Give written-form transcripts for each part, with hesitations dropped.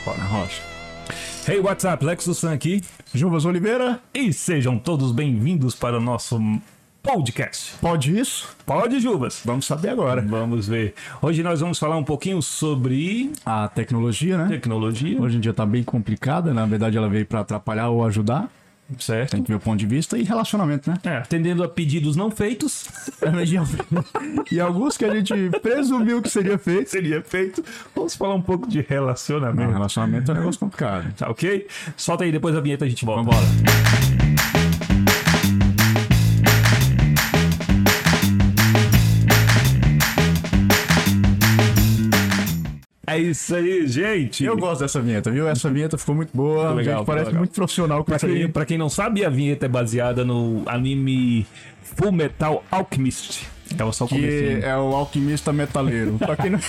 Roda. Rocha. Hey, what's up? Lex San aqui. Juvas Oliveira. E sejam todos bem-vindos para o nosso podcast. Pode isso? Pode, Juvas? Vamos saber agora. Vamos ver. Hoje nós vamos falar um pouquinho sobre A tecnologia, né? tecnologia, Hoje em dia tá bem complicada. Na verdade, ela veio pra atrapalhar ou ajudar. certo? Tem que ver o ponto de vista. E relacionamento, né? Atendendo a pedidos não feitos, E alguns que a gente presumiu que seria feito. seria feito. Vamos falar um pouco de Não, relacionamento. relacionamento é um negócio complicado. Tá ok? Solta aí, depois da vinheta a gente volta. Vambora. É isso aí, gente. Eu gosto dessa vinheta, viu? Essa vinheta ficou muito boa. Ficou legal, a gente parece ficou legal. muito profissional com isso aí. Pra quem não sabe, a vinheta é baseada no anime Full Metal Alchemist. Ela só Que comecinho. é o alquimista metaleiro. Pra quem não...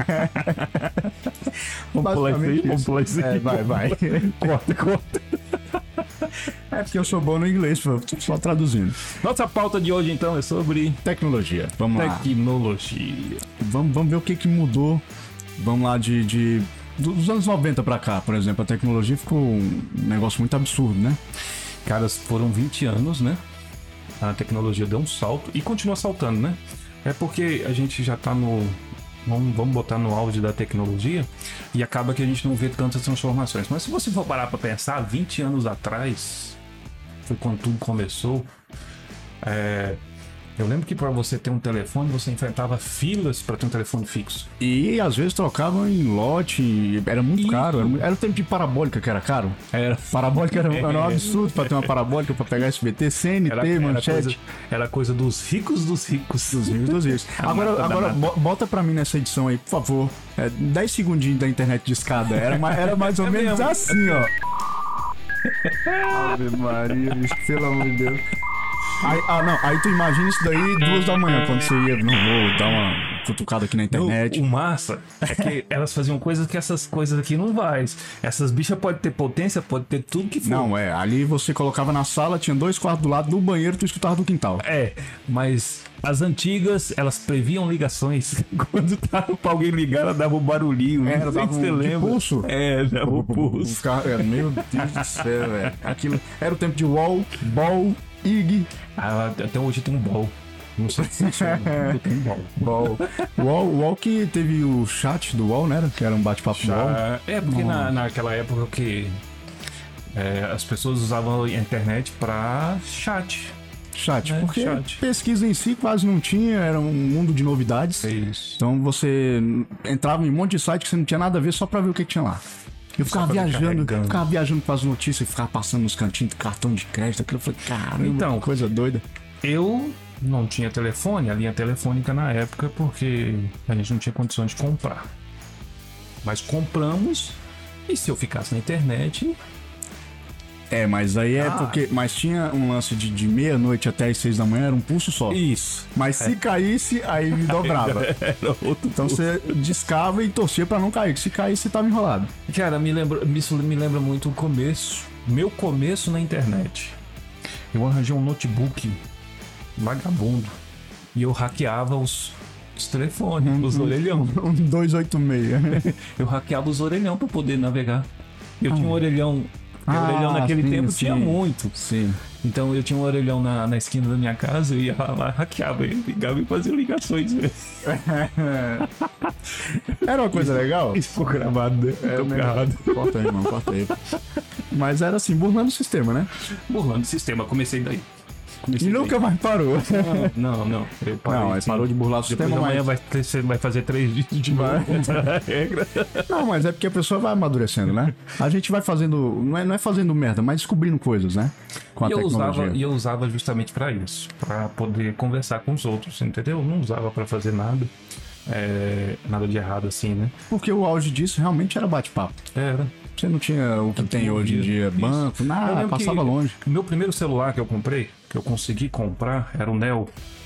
Vamos pular isso aí, basicamente vamos isso. pular isso aí. Vai. Corta. É porque eu sou bom no inglês, só traduzindo. Nossa pauta de hoje, então, é sobre Tecnologia. Vamos lá. tecnologia. Vamos ver o que mudou. Vamos lá dos anos 90 pra cá, por exemplo. A tecnologia ficou um negócio muito absurdo, né? Cara, foram 20 anos, né? A tecnologia deu um salto e continua saltando, né? É porque a gente já tá no... Vamos botar no auge da tecnologia e acaba que a gente não vê tantas transformações. Mas se você for parar pra pensar, 20 anos atrás, foi quando tudo começou. Eu lembro que para você ter um telefone, você enfrentava filas para ter um telefone fixo. E às vezes trocavam em lote, era muito Isso. caro. Era o tempo de parabólica que era caro. Era, Parabólica era um absurdo pra ter uma parabólica, pra pegar SBT, CNT, manchete. era coisa dos ricos dos ricos. Dos ricos dos ricos. Agora bota pra mim nessa edição aí, por favor. 10 segundinhos da internet de escada. Era mais ou menos mesmo. assim, ó. Ave Maria, bicho, pelo amor de Deus. Aí tu imagina isso daí 2 da manhã, quando você ia, não vou dar uma cutucada aqui na internet. O massa é que elas faziam coisas que essas coisas aqui não faz. Essas bichas podem ter potência, pode ter tudo que for. Não, ali você colocava na sala, tinha 2 quartos do lado, do banheiro tu escutava do quintal. Mas as antigas, elas previam ligações. Quando tava pra alguém ligar, ela dava um barulhinho. Não sei Dava se você de lembra. pulso. Dava um pulso. Meu Deus do céu, velho. Aquilo era o tempo de UOL, BOL, IG. Até hoje tem um bol. Não sei se funciona. Tem um bol. UOL que teve o chat do UOL, né? Que era um bate-papo do UOL. Porque naquela época que as pessoas usavam a internet pra chat. Chat, porque chat. pesquisa em si quase não tinha, era um mundo de novidades. Isso. Então você entrava em um monte de site que você não tinha nada a ver só pra ver o que tinha lá. Eu ficava viajando com as notícias e ficava passando nos cantinhos do cartão de crédito. Aquilo eu falei, caramba, Então, que coisa doida. Eu não tinha telefone, a linha telefônica na época, porque a gente não tinha condições de comprar. Mas compramos, e se eu ficasse na internet... Mas aí porque... Mas tinha um lance de meia-noite até as 6 da manhã, era um pulso só. Isso. Mas se caísse, aí dobrava. Era outro Então pulso. você discava e torcia pra não cair. Que se caísse, você tava enrolado. Cara, isso me lembra muito o começo. Meu começo na internet. Eu arranjei um notebook vagabundo. E eu hackeava os telefones, os orelhão. Um 286. Eu hackeava os orelhão pra poder navegar. Eu tinha um orelhão... orelhão naquele tempo tinha muito. Sim. Então eu tinha um orelhão na esquina da minha casa, eu ia lá, hackeava, ele ligava e fazia ligações. Era uma coisa legal? Isso ficou gravado, né? Ficou gravado. Corta aí, irmão, corta aí. Mas era assim, burlando o sistema, né? Burlando o sistema, comecei daí. E nunca mais parou. Não. Eu parei, Não, aí parou de burlar o Depois sistema, amanhã mas... você vai fazer 3 vídeos de novo. Regra. Não, mas é porque a pessoa vai amadurecendo, né? A gente vai fazendo... Não é fazendo merda, mas descobrindo coisas, né? Com a tecnologia. Eu usava justamente pra isso. Pra poder conversar com os outros, entendeu? Eu não usava pra fazer nada. Nada de errado assim, né? Porque o auge disso realmente era bate-papo. Era. Você não tinha o que tem hoje em dia, banco, nada, passava longe. O meu primeiro celular que eu comprei, que eu consegui comprar, era o Neo.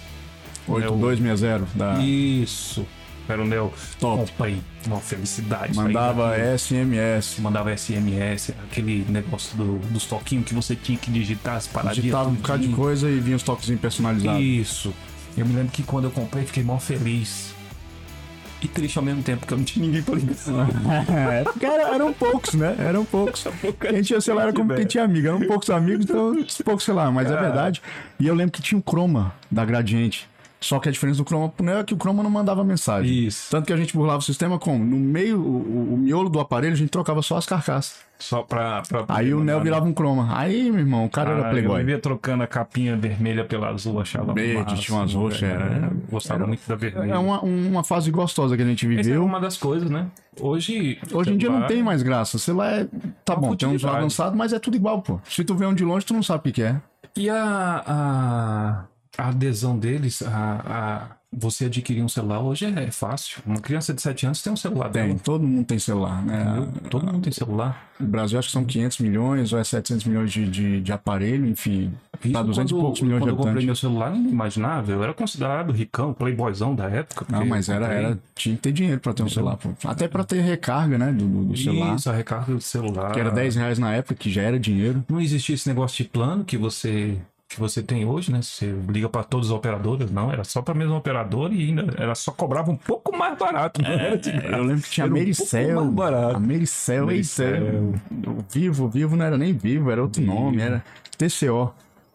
8260 da... Isso. Era o Neo. Top. Comprei. Uma felicidade. Mandava SMS. Mandava SMS, aquele negócio dos toquinhos que você tinha que digitar as paradinhas. Digitava um bocado de coisa e vinha os toquezinhos personalizados. Isso. Eu me lembro que quando eu comprei, fiquei mó feliz. E triste ao mesmo tempo, porque eu não tinha ninguém pra ligar. É, porque eram poucos, né? Eram poucos. Quem tinha celular era como quem tinha amigo. Eram poucos amigos, então poucos celular. Mas é verdade. E eu lembro que tinha um Chroma da Gradiente. Só que a diferença do Chroma é que o Chroma não mandava mensagem. Isso. Tanto que a gente burlava o sistema como? No meio, o miolo do aparelho, a gente trocava só as carcaças. Só pra aí o Neo virava um Chroma. Aí, meu irmão, o cara era playboy. Eu vivia trocando a capinha vermelha pela azul, achava verde, tinha umas roxas. Gostava muito da vermelha. É uma fase gostosa que a gente viveu. Essa é uma das coisas, né? Hoje em dia não tem mais graça. Sei lá, tá bom, tem uns avançados, mas é tudo igual, pô. Se tu vê um de longe, tu não sabe o que é. E a adesão deles você adquirir um celular hoje é fácil. Uma criança de 7 anos tem um celular dela. Todo mundo tem celular, né? Todo mundo tem celular. No Brasil acho que são 500 milhões ou 700 milhões de aparelho, enfim. Tá 200 e poucos milhões de habitantes. Quando eu comprei meu celular, não imaginava. Eu era considerado ricão, playboyzão da época. Não, mas tinha que ter dinheiro pra ter um celular. Pô. Até pra ter recarga, né, do celular. Isso, a recarga do celular. Que era R$10 na época, que já era dinheiro. Não existia esse negócio de plano que você tem hoje, né? Você liga para todas as operadoras, não, era só para a mesma operadora e ainda era só cobrava um pouco mais barato. Eu lembro que tinha a Mericel, a Mericel. O Vivo não era nem Vivo, era outro nome, era TCO,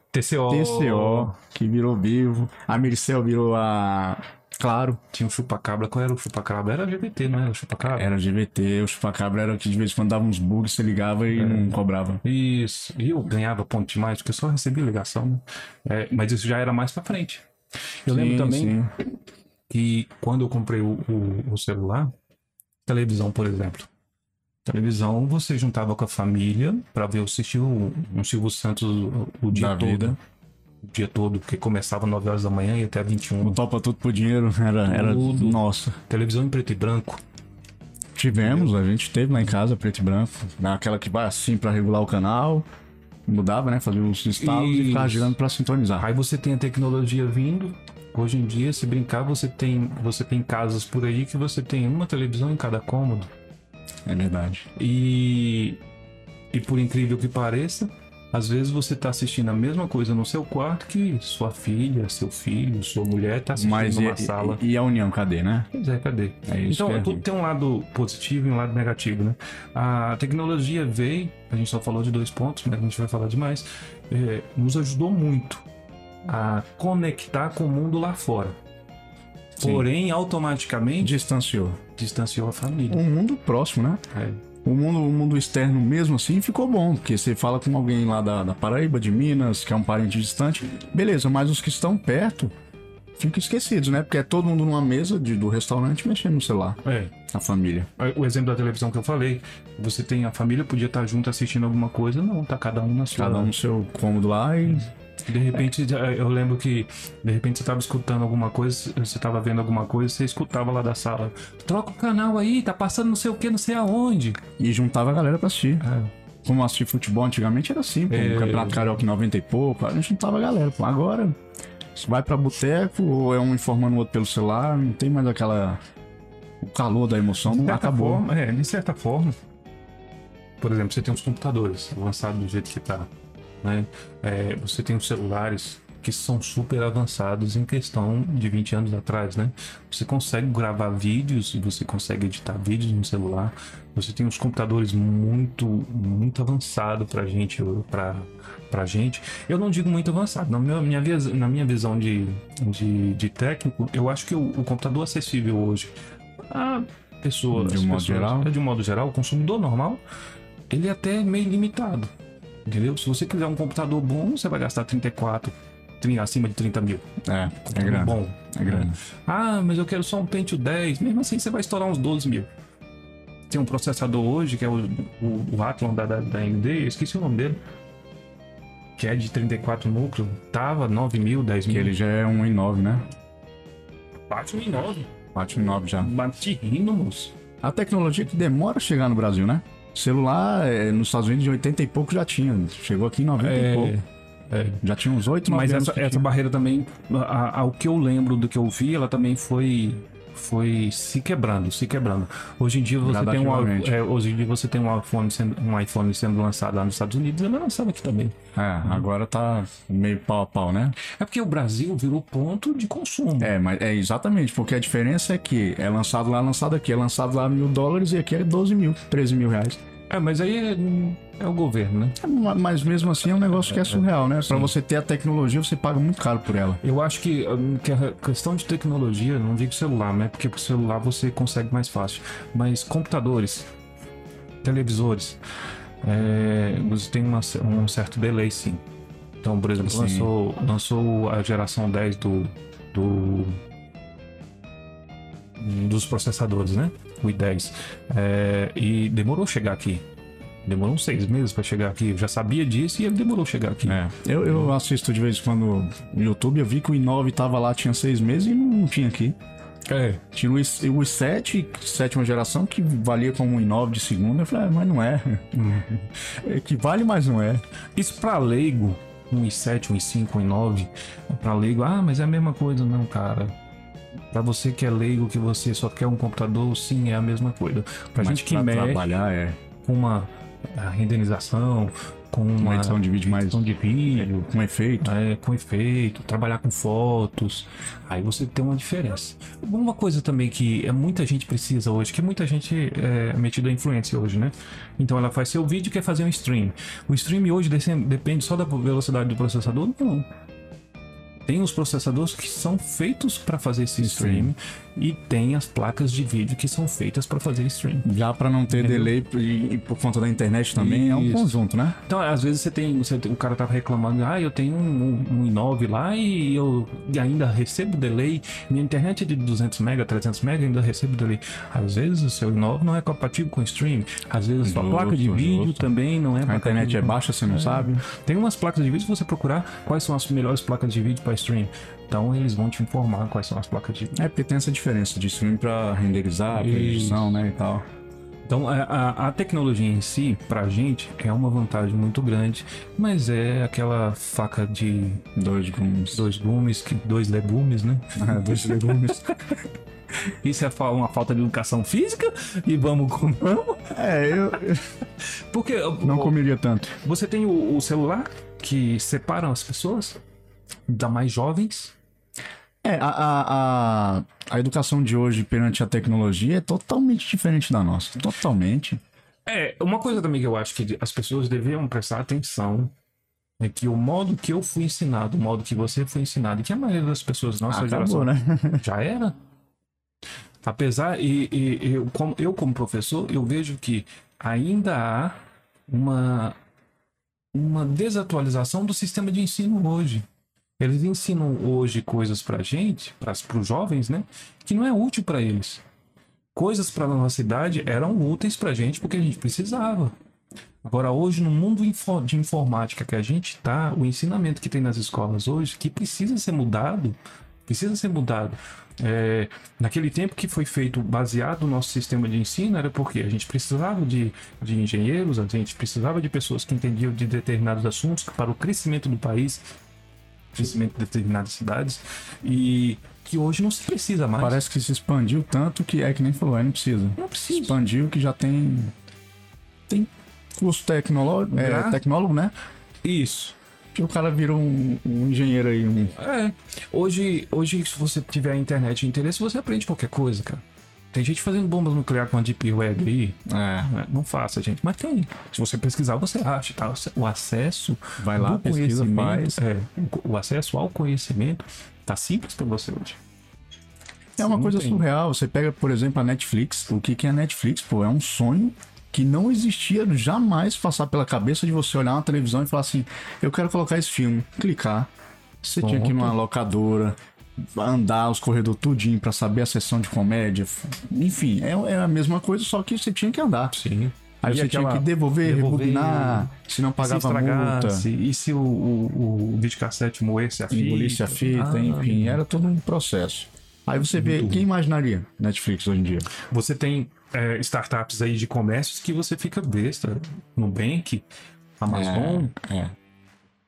que virou Vivo. A Mericel virou a Claro. Tinha o chupa-cabra. Qual era o chupa-cabra? Era GVT, não era o chupa-cabra? Era GVT. O chupa-cabra era que de vez em quando dava uns bugs, você ligava e não cobrava. Isso. E eu ganhava ponto demais, porque eu só recebia ligação, né? Mas isso já era mais pra frente. Eu lembro também que quando eu comprei o celular, televisão, por exemplo. Televisão, você juntava com a família pra ver assistir um Silvio Santos o dia todo. O dia todo, porque começava 9 horas da manhã e até 21. O Topa Tudo por Dinheiro era nossa. Televisão em preto e branco. Tivemos, a gente teve lá em casa preto e branco. Aquela que vai assim pra regular o canal. Mudava, né? Fazia os estalos e ficava girando pra sintonizar. Aí você tem a tecnologia vindo. Hoje em dia, se brincar, você tem casas por aí que você tem uma televisão em cada cômodo. É verdade. E por incrível que pareça, às vezes você tá assistindo a mesma coisa no seu quarto que sua filha, seu filho, sua mulher tá assistindo numa sala. E a união, cadê, né? Pois é, cadê? É isso. Então, tudo tem um lado positivo e um lado negativo, né? A tecnologia veio, a gente só falou de 2 pontos, mas a gente vai falar demais, nos ajudou muito a conectar com o mundo lá fora. Sim. Porém, automaticamente... Distanciou a família. Um mundo próximo, né? O mundo externo mesmo assim ficou bom, porque você fala com alguém lá da Paraíba, de Minas, que é um parente distante, beleza, mas os que estão perto ficam esquecidos, né? Porque é todo mundo numa mesa do restaurante mexendo no celular. A família. O exemplo da televisão que eu falei, você tem a família, podia estar junto assistindo alguma coisa, não, tá cada um na sua... Cada um no seu cômodo lá e... De repente, eu lembro que de repente você tava escutando alguma coisa, você tava vendo alguma coisa, você escutava lá da sala, troca o canal aí, tá passando não sei o que, não sei aonde. E juntava a galera pra assistir. Como assistir futebol antigamente era assim, pô, o Campeonato Carioca em 90 e pouco, a gente juntava a galera, pô. Agora, se vai pra boteco ou é um informando o outro pelo celular, não tem mais o calor da emoção, não acabou. De certa forma, por exemplo, você tem uns computadores avançados do jeito que tá. Né? Você tem os celulares que são super avançados em questão de 20 anos atrás, né? Você consegue gravar vídeos e você consegue editar vídeos no celular. Você tem os computadores muito, muito avançados pra gente. Eu não digo muito avançado. Na minha visão de técnico, eu acho que o computador acessível hoje a pessoas... De um modo geral, o consumidor normal, ele é até meio limitado. Entendeu? Se você quiser um computador bom, você vai gastar acima de 30 mil. É grana. Bom. É grana. Mas eu quero só um Pentium 10. Mesmo assim, você vai estourar uns 12 mil. Tem um processador hoje, que é o Athlon da AMD, eu esqueci o nome dele. Que é de 34 núcleos. Tava 9 mil, 10 mil. Que ele já é um i9, né? Bate um i9. Bate um i9 já. Bate rindo, moço. A tecnologia que demora a chegar no Brasil, né? Celular, nos Estados Unidos, de 80 e pouco já tinha. Chegou aqui em 90 e pouco. Já tinha uns 8, 9 mas anos. Mas essa barreira também, ao que eu lembro do que eu vi, ela também foi foi se quebrando, se quebrando. Hoje em dia você tem hoje em dia você tem um iPhone sendo lançado lá nos Estados Unidos, ele é lançado aqui também. Agora tá meio pau a pau, né? É porque o Brasil virou ponto de consumo. Mas é exatamente, porque a diferença é que é lançado lá, lançado aqui. É lançado lá $1.000 e aqui é 12 mil, 13 mil reais. Mas aí é o governo, né? Mas mesmo assim é um negócio que é surreal, né? Pra você ter a tecnologia, você paga muito caro por ela. Eu acho que a questão de tecnologia, não digo celular, né? Porque pro celular você consegue mais fácil. Mas computadores, televisores, você tem um certo delay, sim. Então, por exemplo, lançou a geração 10 dos processadores, né? O i10. E demorou chegar aqui. Demorou uns 6 meses pra chegar aqui. Eu já sabia disso e ele demorou chegar aqui. Eu assisto de vez em quando no YouTube. Eu vi que o i9 tava lá, tinha 6 meses e não tinha aqui. Tinha o i7, sétima geração, que valia como um i9 de segunda. Eu falei, mas não é. Que vale, mas não é. Isso pra leigo, um i7, um i5, um i9, pra leigo, mas é a mesma coisa. Não, cara. Pra você que é leigo, que você só quer um computador, sim, é a mesma coisa. Pra gente que mexe trabalhar, com uma renderização, com uma edição de vídeo com efeito. Com efeito, trabalhar com fotos, aí você tem uma diferença. Uma coisa também que muita gente precisa hoje, que muita gente é metida a influência hoje, né? Então ela faz seu vídeo e quer fazer um stream. O stream hoje depende só da velocidade do processador? Não. Tem os processadores que são feitos para fazer esse stream e tem as placas de vídeo que são feitas para fazer stream. Já para não ter delay e por conta da internet também. Isso. É um conjunto, né? Então, às vezes o cara tava reclamando, eu tenho um i9 lá e eu ainda recebo delay. Minha internet é de 200 MB, 300 MB, ainda recebo delay. Às vezes o seu i9 não é compatível com stream. Às vezes a sua placa de vídeo também não é. A internet é baixa, você não sabe. Tem umas placas de vídeo, se você procurar quais são as melhores placas de vídeo para stream. Então eles vão te informar quais são as placas de vídeo. Porque tem essa diferença de stream para renderizar, para edição, né, e tal. Então a tecnologia em si, pra gente, é uma vantagem muito grande, mas é aquela faca de 2 gumes, 2 legumes, né? 2 legumes. Isso é uma falta de educação física e vamos com... Porque não comeria tanto. Você tem o celular que separa as pessoas da mais jovens. A educação de hoje perante a tecnologia é totalmente diferente da nossa. Totalmente. Uma coisa também que eu acho que as pessoas deveriam prestar atenção é que o modo que eu fui ensinado, o modo que você foi ensinado, e que a maioria das pessoas da nossa geração, né? Já era. Apesar, eu como professor, eu vejo que ainda há uma desatualização do sistema de ensino hoje. Eles ensinam hoje coisas pra gente, para os jovens, né? Que não é útil para eles. Coisas para nossa idade eram úteis pra gente porque a gente precisava. Agora, hoje, no mundo de informática que a gente tá, o ensinamento que tem nas escolas hoje, que precisa ser mudado, naquele tempo que foi feito baseado no nosso sistema de ensino, era porque a gente precisava de engenheiros, a gente precisava de pessoas que entendiam de determinados assuntos para o crescimento do país, crescimento de determinadas cidades, e que hoje não se precisa mais. Parece que se expandiu tanto que que nem falou, não precisa. Não precisa. Expandiu que já tem curso tecnólogo, né? Isso. Que o cara virou um engenheiro aí. Hoje, se você tiver a internet e interesse, você aprende qualquer coisa, cara. Tem gente fazendo bombas nucleares com a Deep Web aí. Não faça, gente. Mas tem. Se você pesquisar, você acha, tá? O acesso vai lá, pesquisa, faz. O acesso ao conhecimento tá simples para você hoje. É uma coisa surreal. Você pega, por exemplo, a Netflix. O que é a Netflix? É um sonho que não existia jamais passar pela cabeça de você olhar uma televisão e falar assim, eu quero colocar esse filme. Clicar. Você tinha que ir numa locadora, andar os corredores tudinho pra saber a sessão de comédia. Enfim, é a mesma coisa, só que você tinha que andar. Sim. Aí você tinha que devolver, rebobinar, se não pagava multa. E se o videocassete moesse a fita? Engolisse a fita, enfim, era todo um processo. Aí você vê, quem imaginaria Netflix hoje em dia? Você tem startups aí de comércios que você fica besta. Nubank, Amazon.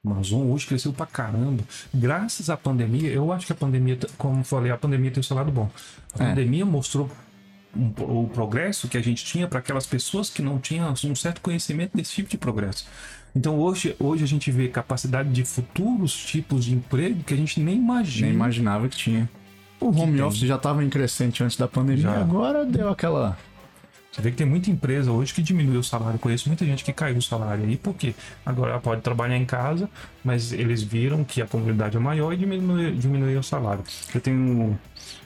Amazon hoje cresceu pra caramba. Graças à pandemia, eu acho que a pandemia, como eu falei, a pandemia tem o seu lado bom. A pandemia mostrou o progresso que a gente tinha para aquelas pessoas que não tinham um certo conhecimento desse tipo de progresso. Então hoje a gente vê capacidade de futuros tipos de emprego que a gente nem imagina. Nem imaginava que tinha. O home office já estava em crescente antes da pandemia, agora deu aquela... Você vê que tem muita empresa hoje que diminuiu o salário. Conheço muita gente que caiu o salário aí, porque agora ela pode trabalhar em casa, mas eles viram que a comunidade é maior e diminuiu o salário. Eu tenho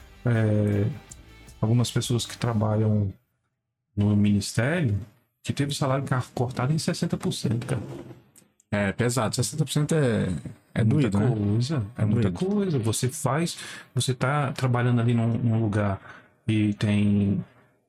algumas pessoas que trabalham no ministério que teve o salário cortado em 60%, cara. É pesado, 60% é muita doído, coisa, né? É muita coisa. Você tá trabalhando ali num lugar e tem...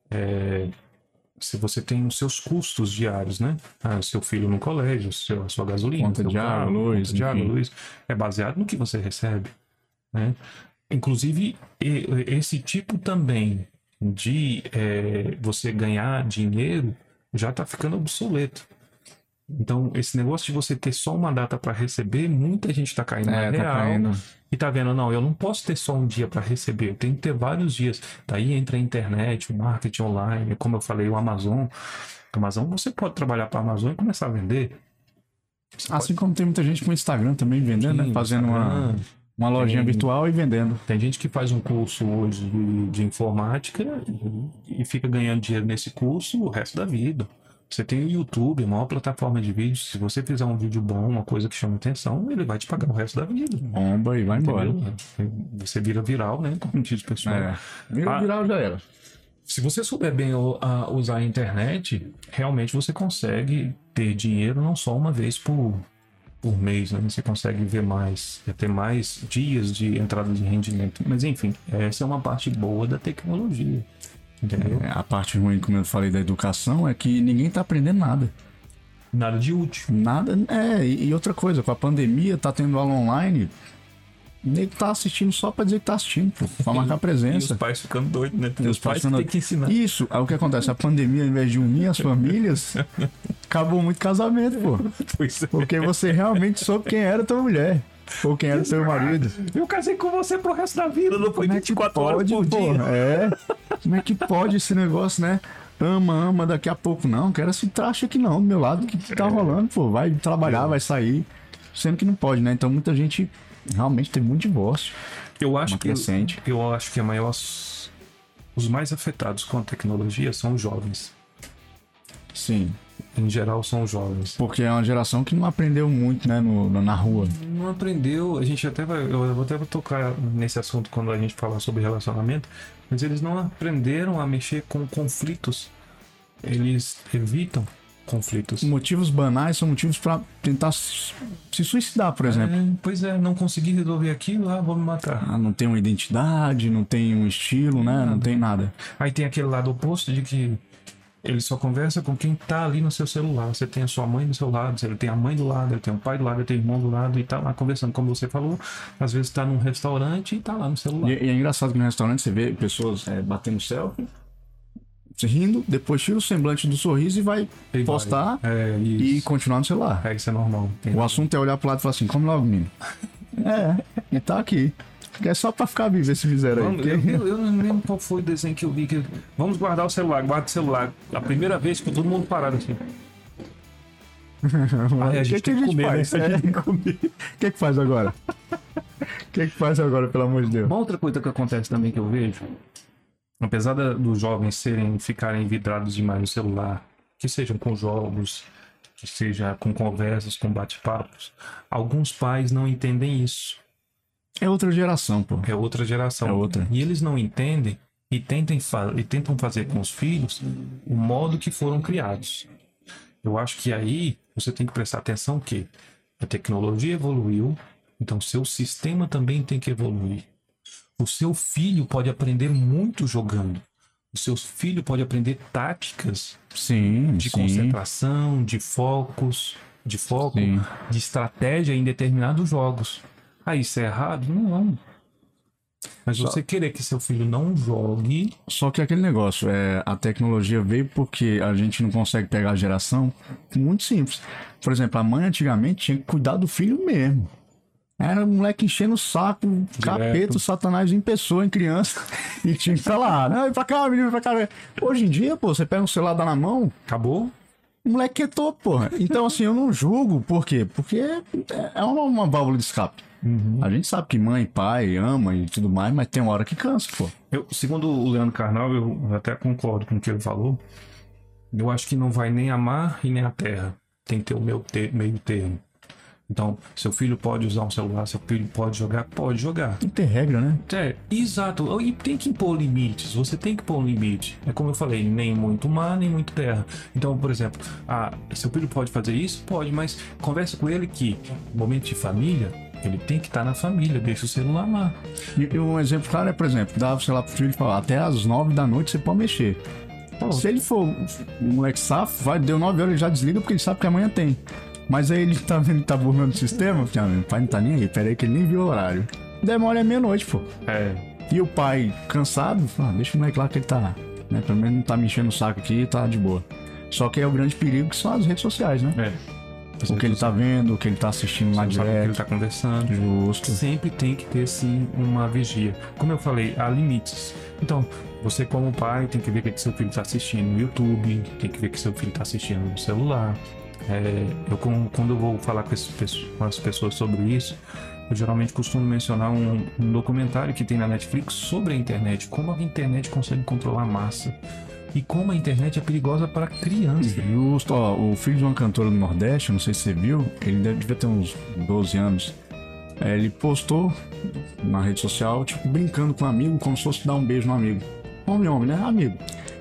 se você tem os seus custos diários, né? Seu filho no colégio, a sua gasolina, conta de água, luz, luz, é baseado no que você recebe, né? Inclusive, esse tipo também de você ganhar dinheiro já está ficando obsoleto. Então, esse negócio de você ter só uma data para receber, muita gente está caindo na real e tá vendo, não, eu não posso ter só um dia para receber, eu tenho que ter vários dias. Daí entra a internet, o marketing online, como eu falei, o Amazon. Você pode trabalhar para a Amazon e começar a vender. Assim como tem muita gente com o Instagram também vendendo, né? Fazendo uma lojinha virtual e vendendo. Tem gente que faz um curso hoje de informática e fica ganhando dinheiro nesse curso o resto da vida. Você tem o YouTube, a maior plataforma de vídeo. Se você fizer um vídeo bom, uma coisa que chama atenção, ele vai te pagar o resto da vida. Bomba e vai embora. Você vira viral, né? Como diz o pessoal. Viral já era. Se você souber bem usar a internet, realmente você consegue ter dinheiro não só uma vez por mês, né? Você consegue ver mais, ter mais dias de entrada de rendimento. Mas enfim, essa é uma parte boa da tecnologia. Entendeu? A parte ruim, como eu falei, da educação é que ninguém tá aprendendo nada. Nada de útil. Nada. E outra coisa, com a pandemia, tá tendo aula online. O nego tá assistindo só pra dizer que tá assistindo, pô, pra marcar presença. E os pais ficando doidos, né? Os pais têm que ensinar. Isso, aí o que acontece? A pandemia, ao invés de unir as famílias, acabou muito casamento, pô. Porque você realmente soube quem era tua mulher. Ou quem era seu marido. Eu casei com você pro resto da vida, não foi 24 horas por dia. Como é que pode esse negócio, né? Ama, daqui a pouco não, quero esse traste aqui não, do meu lado, que tá rolando, pô, vai trabalhar, vai sair, sendo que não pode, né? Então muita gente realmente tem muito divórcio. Eu acho que os mais afetados com a tecnologia são os jovens. Sim. Em geral são os jovens. Porque é uma geração que não aprendeu muito, né, na rua. Não aprendeu, eu vou até tocar nesse assunto quando a gente falar sobre relacionamento, mas eles não aprenderam a mexer com conflitos. Eles evitam conflitos. Motivos banais são motivos para tentar se suicidar, por exemplo. Pois é, não consegui resolver aquilo, vou me matar. Não tem uma identidade, não tem um estilo, né? Não tem nada. Aí tem aquele lado oposto de que ele só conversa com quem tá ali no seu celular. Você tem a sua mãe do seu lado, ele tem a mãe do lado, ele tem o pai do lado, ele tem o irmão do lado e tá lá conversando. Como você falou, às vezes tá num restaurante e tá lá no celular. E é engraçado que no restaurante você vê pessoas batendo selfie, rindo, depois tira o semblante do sorriso e vai postar e continuar no celular. Isso é normal. O assunto é olhar pro lado e falar assim, come logo, menino. E tá aqui. É só pra ficar vivo esse miséria aí. Eu não lembro qual foi o desenho que eu vi. Vamos guardar o celular, guarda o celular. A primeira vez que todo mundo parado assim. A gente tem que comer, né? O que faz agora? O que faz agora, pelo amor de Deus? Uma outra coisa que acontece também que eu vejo, apesar dos jovens ficarem vidrados demais no celular, que sejam com jogos, que seja com conversas, com bate-papos, alguns pais não entendem isso. É outra geração, pô. É outra geração. É outra. E eles não entendem e tentam fazer com os filhos o modo que foram criados. Eu acho que aí você tem que prestar atenção que a tecnologia evoluiu, então seu sistema também tem que evoluir. O seu filho pode aprender muito jogando. O seu filho pode aprender táticas de concentração, de foco, de estratégia em determinados jogos. Isso é errado? Não. Mas você querer que seu filho não jogue... Só que aquele negócio, a tecnologia veio porque a gente não consegue pegar a geração muito simples. Por exemplo, a mãe antigamente tinha que cuidar do filho mesmo. Era o moleque enchendo o saco, capeta, satanás em pessoa, em criança. E tinha que falar, não, vem pra cá, menino, vem pra cá. Hoje em dia, pô, você pega um celular, dá na mão... Acabou? O moleque quietou, porra. Então, assim, eu não julgo. Por quê? Porque é uma válvula de escape. A gente sabe que mãe, pai ama e tudo mais, mas tem uma hora que cansa, pô. Segundo o Leandro Carnal, eu até concordo com o que ele falou. Eu acho que não vai nem a mar e nem a terra. Tem que ter o meio termo. Então, seu filho pode usar um celular, seu filho pode jogar, pode jogar. Tem que ter regra, né? Exato. E tem que impor limites. Você tem que pôr um limite. É como eu falei, nem muito mar, nem muito terra. Então, por exemplo, seu filho pode fazer isso? Pode, mas converse com ele que, no momento de família, ele tem que estar na família, deixa o celular lá. E um exemplo claro é, por exemplo, dava, sei lá, pro filho falar, até às 9 da noite você pode mexer. Se ele for um moleque safo, deu 9 horas, ele já desliga porque ele sabe que amanhã tem. Mas aí ele tá vendo que tá burlando o sistema, porque o pai não tá nem aí, peraí que ele nem viu o horário. Demora meia-noite, pô. E o pai, cansado, deixa o moleque lá que ele tá, né? Pelo menos não tá me enchendo o saco aqui, tá de boa. Só que é o grande perigo que são as redes sociais, né? O que ele tá vendo, o que ele tá assistindo lá direto. O que ele tá conversando. Justo. Sempre tem que ter, sim, uma vigia. Como eu falei, há limites. Então, você como pai tem que ver o que seu filho tá assistindo no YouTube, tem que ver o que seu filho tá assistindo no celular. Quando eu vou falar com as pessoas sobre isso, eu geralmente costumo mencionar um documentário que tem na Netflix sobre a internet, como a internet consegue controlar a massa e como a internet é perigosa para criança. Justo, o filho de uma cantora do Nordeste, não sei se você viu, ele devia ter uns 12 anos, ele postou na rede social, tipo, brincando com um amigo, como se fosse dar um beijo no amigo. Homem, né? Amigo.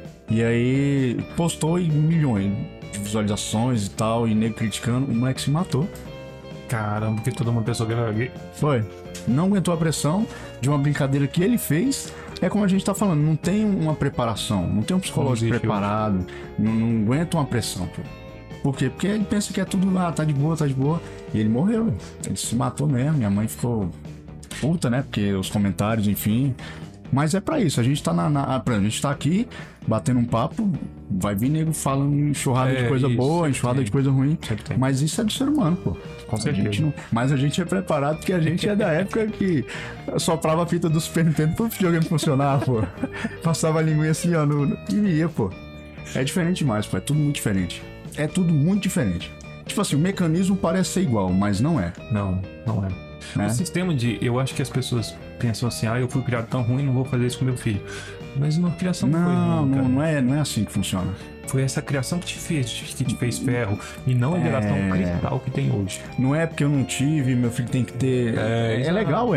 E aí postou e milhões de visualizações e tal, e nego criticando, o moleque se matou. Caramba, porque toda uma pessoa que era gay. Foi. Não aguentou a pressão de uma brincadeira que ele fez. É como a gente tá falando, não tem uma preparação, não tem um psicológico preparado, não aguenta uma pressão, pô. Por quê? Porque ele pensa que é tudo lá, tá de boa. E ele morreu, ele se matou mesmo, minha mãe ficou puta, né? Porque os comentários, enfim... Mas é pra isso, a gente tá a gente tá aqui batendo um papo, vai vir nego falando enxurrada de coisa boa, enxurrada de coisa ruim, mas isso é do ser humano, pô. Com certeza. Mas a gente é preparado porque a gente é da época que soprava a fita do Super Nintendo pro videogame funcionar, pô. Passava a linguinha assim, ó, e ia, pô. É diferente demais, pô, é tudo muito diferente. É tudo muito diferente. Tipo assim, o mecanismo parece ser igual, mas não é. Não é. O sistema eu acho que as pessoas pensam assim, eu fui criado tão ruim, não vou fazer isso com meu filho. Mas uma criação foi ruim, não é assim que funciona. Foi essa criação que te fez ferro, e não a geração cristal que tem hoje. Não é porque eu não tive, meu filho tem que ter. É legal,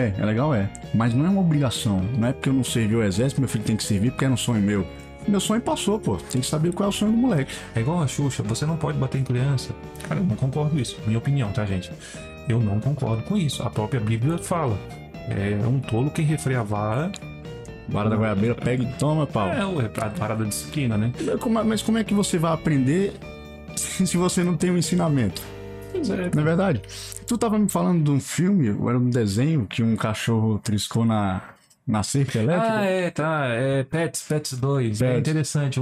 mas não é uma obrigação. Não é porque eu não servi o exército, meu filho tem que servir porque era um sonho meu. Meu sonho passou, pô. Tem que saber qual é o sonho do moleque. É igual a Xuxa, você não pode bater em criança. Cara, eu não concordo com isso. Minha opinião, tá, gente? Eu não concordo com isso. A própria Bíblia fala. É um tolo quem refreia a vara. Vara da goiabeira, pega e toma, pau. A vara da disciplina, né? Mas como é que você vai aprender se você não tem um ensinamento? Não é verdade? Tu tava me falando de um filme, ou era um desenho, que um cachorro triscou na cerca elétrica? É Pets 2. É interessante.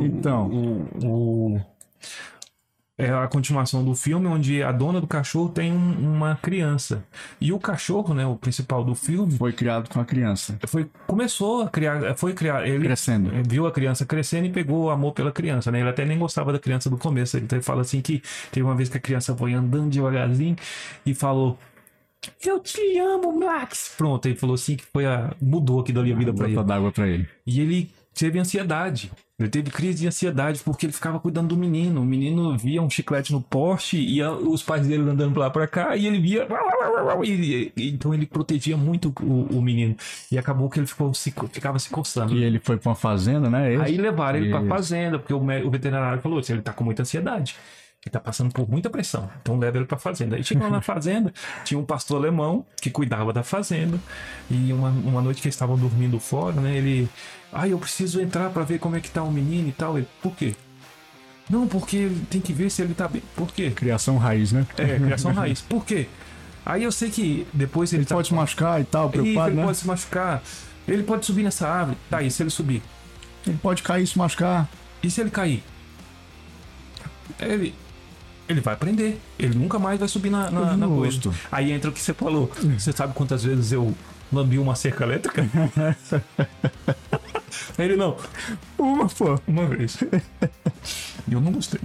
É a continuação do filme, onde a dona do cachorro tem uma criança. E o cachorro, né, o principal do filme... Foi criado com a criança. Começou a criar... Ele crescendo. Viu a criança crescendo e pegou o amor pela criança, né? Ele até nem gostava da criança do começo. Então ele fala assim que teve uma vez que a criança foi andando devagarzinho e falou... Eu te amo, Max! Pronto, ele falou assim que mudou aqui dali a vida pra ele. D'água pra ele. E ele teve ansiedade. Ele teve crise de ansiedade porque ele ficava cuidando do menino. O menino via um chiclete no poste e os pais dele andando pra lá pra cá e ele via... Então ele protegia muito o menino. E acabou que ele ficava se coçando. E ele foi pra uma fazenda, né? Aí levaram ele pra fazenda, porque o veterinário falou assim, ele tá com muita ansiedade. Ele tá passando por muita pressão, então leva ele pra fazenda. Aí chegou lá na fazenda, tinha um pastor alemão que cuidava da fazenda. E uma noite que eles estavam dormindo fora, né? Ele... eu preciso entrar pra ver como é que tá o menino e tal. Ele, por quê? Não, porque tem que ver se ele tá bem. Por quê? Criação raiz, né? Criação raiz. Por quê? Aí eu sei que depois ele pode se machucar e tal, preocupado, ele né? Pode se machucar. Ele pode subir nessa árvore. Tá, e se ele subir? Ele pode cair e se machucar. E se ele cair? Ele vai aprender. Ele nunca mais vai subir na coisa. Aí entra o que você falou. Você sabe quantas vezes eu lambi uma cerca elétrica? Ele não. Uma vez. E eu não gostei.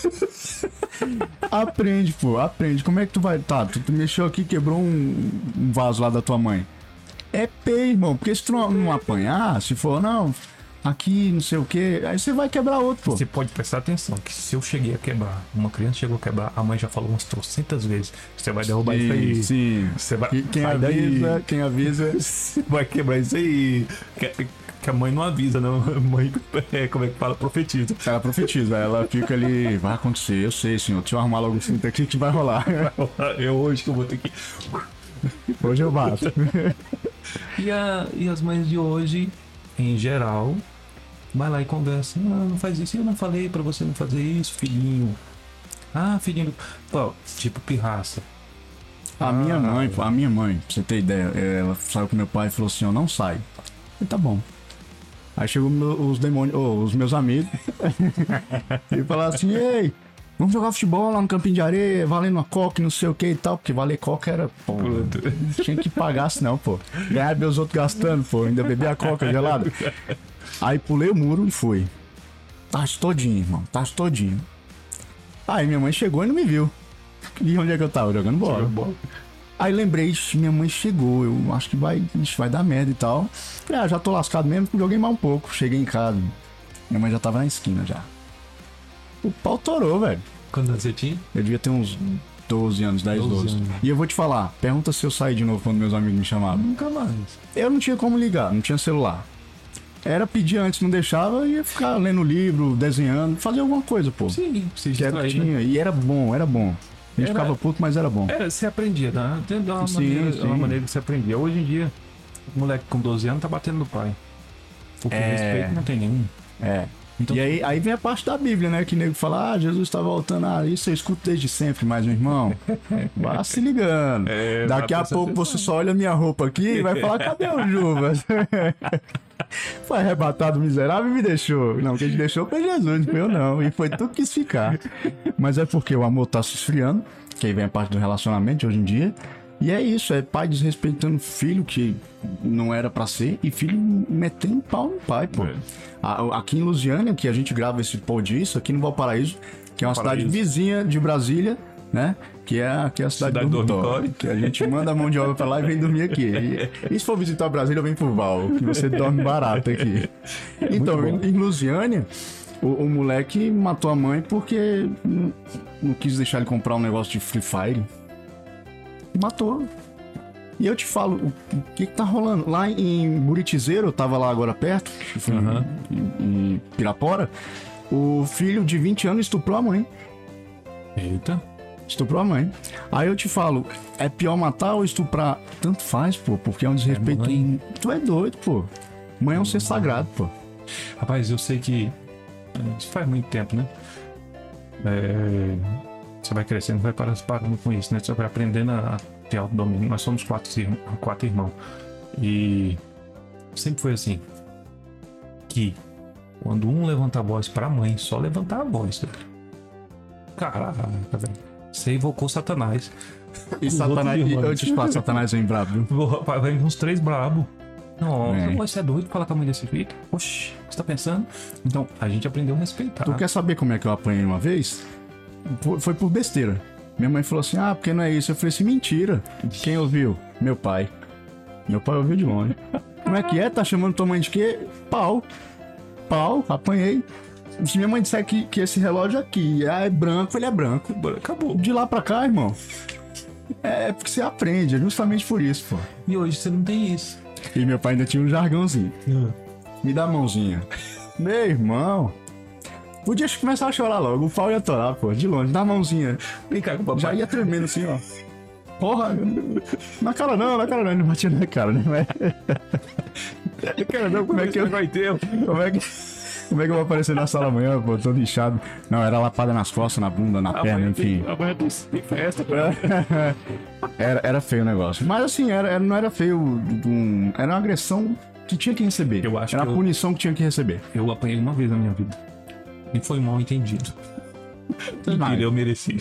Aprende, pô. Aprende. Como é que tu vai... Tá, tu mexeu aqui, quebrou um vaso lá da tua mãe. É pé, irmão. Porque se tu não apanhar, se for, não... Aqui, não sei o que, aí você vai quebrar outro, pô. Você pode prestar atenção que se eu cheguei a quebrar, uma criança chegou a quebrar, a mãe já falou umas 300 vezes. Você vai derrubar isso aí. Sim. Você vai, quem avisa. Você vai quebrar isso aí. Que a mãe não avisa, não. A mãe, como é que fala? Profetiza. Ela profetiza, ela fica ali, vai acontecer, eu sei, senhor. Deixa eu arrumar logo o cinto aqui que vai rolar. É hoje que eu vou ter que. Hoje eu bato. E as mães de hoje, em geral, vai lá e conversa. Não faz isso. Eu não falei pra você não fazer isso, filhinho. Filhinho. Pô, tipo pirraça. A minha mãe, pra você ter ideia, ela saiu com meu pai e falou assim, ó, não sai. Eu, tá bom. Aí chegou os demônios, os meus amigos, e falaram assim, ei, vamos jogar futebol lá no campinho de areia, valendo uma coca, não sei o que e tal, porque valer coca era, pô, não tinha que pagar senão, pô. Ganhar meus outros gastando, pô, ainda beber a coca gelada. Aí pulei o muro e fui. Tarde todinho, irmão, tarde todinho. Aí minha mãe chegou e não me viu. E onde é que eu tava? Jogando bola. Aí lembrei, minha mãe chegou, eu acho que vai dar merda e tal. Falei, já tô lascado mesmo, joguei mais um pouco. Cheguei em casa, minha mãe já tava na esquina já. O pau torou, velho. Quando você tinha? Eu devia ter uns 12 anos, 10, 12. E eu vou te falar, pergunta se eu saí de novo quando meus amigos me chamavam. Nunca mais. Eu não tinha como ligar, não tinha celular. Era pedir antes, não deixava, ia ficar lendo livro, desenhando, fazer alguma coisa, pô. Sim, se distrair, né? E era bom, era bom. A gente ficava puto, mas era bom. Você aprendia, né? Tem uma maneira que você aprendia. Hoje em dia, o moleque com 12 anos tá batendo no pai. Porque respeito não tem nenhum. Então, e aí vem a parte da Bíblia, né? Que o nego fala, Jesus tá voltando. Isso eu escuto desde sempre, mas, meu irmão, vá se ligando. Daqui a pouco você só olha a minha roupa aqui e vai falar, cadê o Juvas? Foi arrebatado miserável e me deixou. Não, quem te deixou foi Jesus, não foi eu não. E foi tu que quis ficar. Mas é porque o amor tá se esfriando, que aí vem a parte do relacionamento de hoje em dia. E é isso, é pai desrespeitando filho que não era pra ser e filho metendo pau no pai, pô. Aqui em Lusiânia, que a gente grava esse pod isso, aqui no Valparaíso, que é uma cidade vizinha de Brasília, né? Que é a cidade do dormitório. Que a gente manda a mão de obra pra lá e vem dormir aqui. E se for visitar Brasília, vem pro Val, que você dorme barato aqui. Então, em Lusiânia, o moleque matou a mãe porque não quis deixar ele comprar um negócio de Free Fire. Matou. E eu te falo, o que tá rolando? Lá em Buritizeiro, eu tava lá agora perto, em Pirapora, o filho de 20 anos estuprou a mãe. Eita. Estuprou a mãe. Aí eu te falo, é pior matar ou estuprar? Tanto faz, pô, porque é um desrespeito. Tu é doido, pô. Mãe é um ser sagrado, pô. Rapaz, eu sei que isso faz muito tempo, né? Você vai crescendo, vai parando com isso, né? Você vai aprendendo a ter autodomínio. Nós somos quatro irmãos. E sempre foi assim. Que quando um levanta a voz pra mãe, só levantar a voz. Caraca, velho. Você invocou Satanás. E Satanás, eu te falo, Satanás vem brabo. Vem uns 3 brabo. Nossa, você é doido falar com a mãe desse jeito? Oxi, o que você tá pensando? Então, a gente aprendeu a respeitar. Tu quer saber como é que eu apanhei uma vez? Foi por besteira. Minha mãe falou assim, porque não é isso. Eu falei assim, mentira. Quem ouviu? Meu pai. Meu pai ouviu de longe. Como é que é? Tá chamando tua mãe de quê? Pau, apanhei. Se minha mãe disser que esse relógio aqui é branco, ele é branco. Acabou. De lá pra cá, irmão. É porque você aprende, é justamente por isso, pô. E hoje você não tem isso. E meu pai ainda tinha um jargãozinho. Me dá a mãozinha. Meu irmão. Podia começar a chorar logo, o pau ia atorar, pô, de longe, dá a mãozinha. Vem cá com o papai. Já ia tremendo assim, ó. Porra, na cara não, ele não batia na cara, né? Na cara não, como é que eu... vai ter? Como é que eu vou aparecer na sala amanhã, pô, todo inchado? Não, era lapada nas costas, na bunda, na perna, enfim. Amanhã tem festa, Era feio o negócio. Mas assim, não era feio, era uma agressão que tinha que receber. Eu acho Era que a punição que tinha que receber. Eu apanhei uma vez na minha vida. E foi mal entendido. Mentira, eu mereci.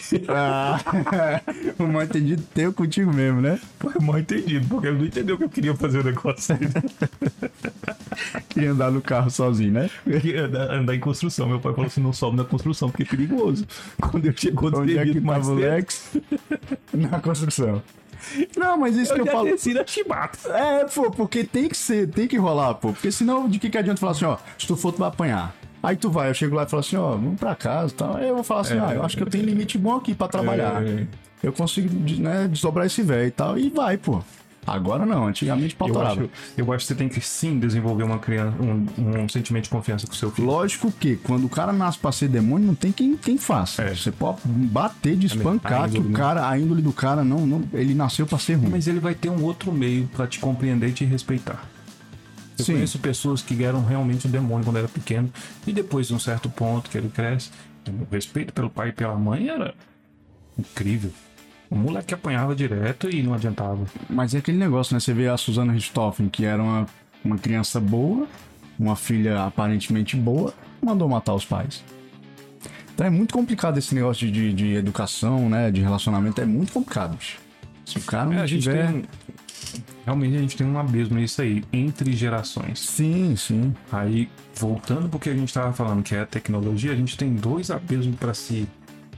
O mal entendido teu contigo mesmo, né? Foi mal entendido, porque ele não entendeu que eu queria fazer o negócio. Queria andar no carro sozinho, né? Queria andar em construção. Meu pai falou assim, não sobe na construção, porque é perigoso. Quando eu chegou no Onde é que serviço mais tava o cedo, Lex? Na construção. Não, mas isso que eu já falo. desci na chibata. Pô, porque tem que ser, tem que rolar, pô. Porque senão, de que adianta falar assim, ó, se tu for, tu vai apanhar. Aí tu vai, eu chego lá e falo assim, ó, vamos pra casa e tal. Aí eu vou falar assim, eu acho que eu tenho limite bom aqui pra trabalhar. Eu consigo, né, desdobrar esse velho e tal. E vai, pô. Agora não, antigamente pautorava. Eu acho que você tem que sim desenvolver uma criança, um sentimento de confiança com o seu filho. Lógico que quando o cara nasce pra ser demônio, não tem quem faça. Você pode bater, de espancar, que o cara, a índole do cara, não, ele nasceu pra ser ruim. Mas ele vai ter um outro meio pra te compreender e te respeitar. Eu conheço pessoas que eram realmente um demônio quando era pequeno, e depois de um certo ponto que ele cresce, o respeito pelo pai e pela mãe era incrível. O moleque apanhava direto e não adiantava. Mas é aquele negócio, né? Você vê a Susana Richthofen, que era uma criança boa, uma filha aparentemente boa, mandou matar os pais. Então é muito complicado esse negócio de educação, né? De relacionamento, é muito complicado, bicho. Se o cara não tiver... Realmente a gente tem um abismo nisso aí, entre gerações. Sim, sim. Aí, voltando porque a gente tava falando, que é a tecnologia, a gente tem dois abismos pra se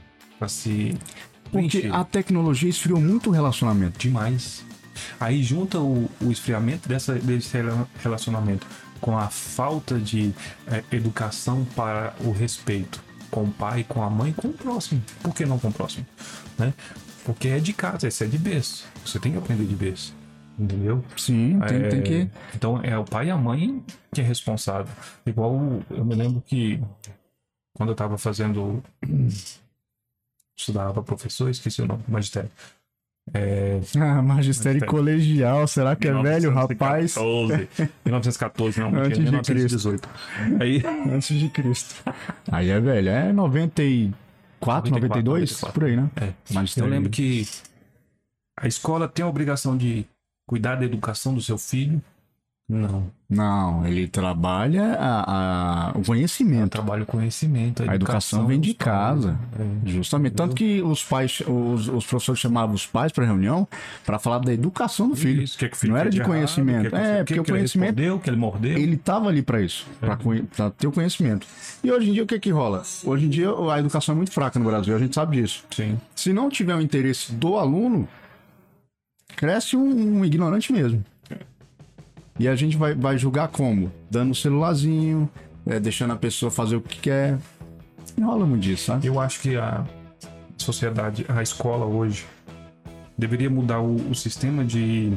porque preencher. a tecnologia esfriou muito o relacionamento. Demais. Aí junta o esfriamento desse relacionamento com a falta de educação para o respeito com o pai, com a mãe, com o próximo. Por que não com o próximo? Né? Porque é de casa, isso é de berço. Você tem que aprender de berço. Entendeu? Sim, tem que... Então é o pai e a mãe que é responsável. Igual eu me lembro que quando eu tava fazendo... Estudava professor, esqueci o nome, magistério. Magistério colegial, será que é velho, rapaz? 1914, não, antes 1918. Aí... Antes de Cristo. Aí é velho, é 94, 92, por aí, né? Eu lembro que a escola tem a obrigação de cuidar da educação do seu filho. Não, ele trabalha o conhecimento. Trabalha o conhecimento. A educação vem de casa. Justamente. Tanto que os pais, os professores chamavam os pais para reunião para falar da educação do filho. Isso, que o filho não era de conhecimento. Porque o conhecimento. Que ele mordeu. Ele estava ali para isso, para ter o conhecimento. E hoje em dia o que rola? Hoje em dia a educação é muito fraca no Brasil, a gente sabe disso. Sim. Se não tiver o interesse do aluno, cresce um ignorante mesmo. E a gente vai julgar como? Dando o celularzinho, deixando a pessoa fazer o que quer. Não rola muito disso, sabe? Eu acho que a sociedade, a escola hoje, deveria mudar o sistema de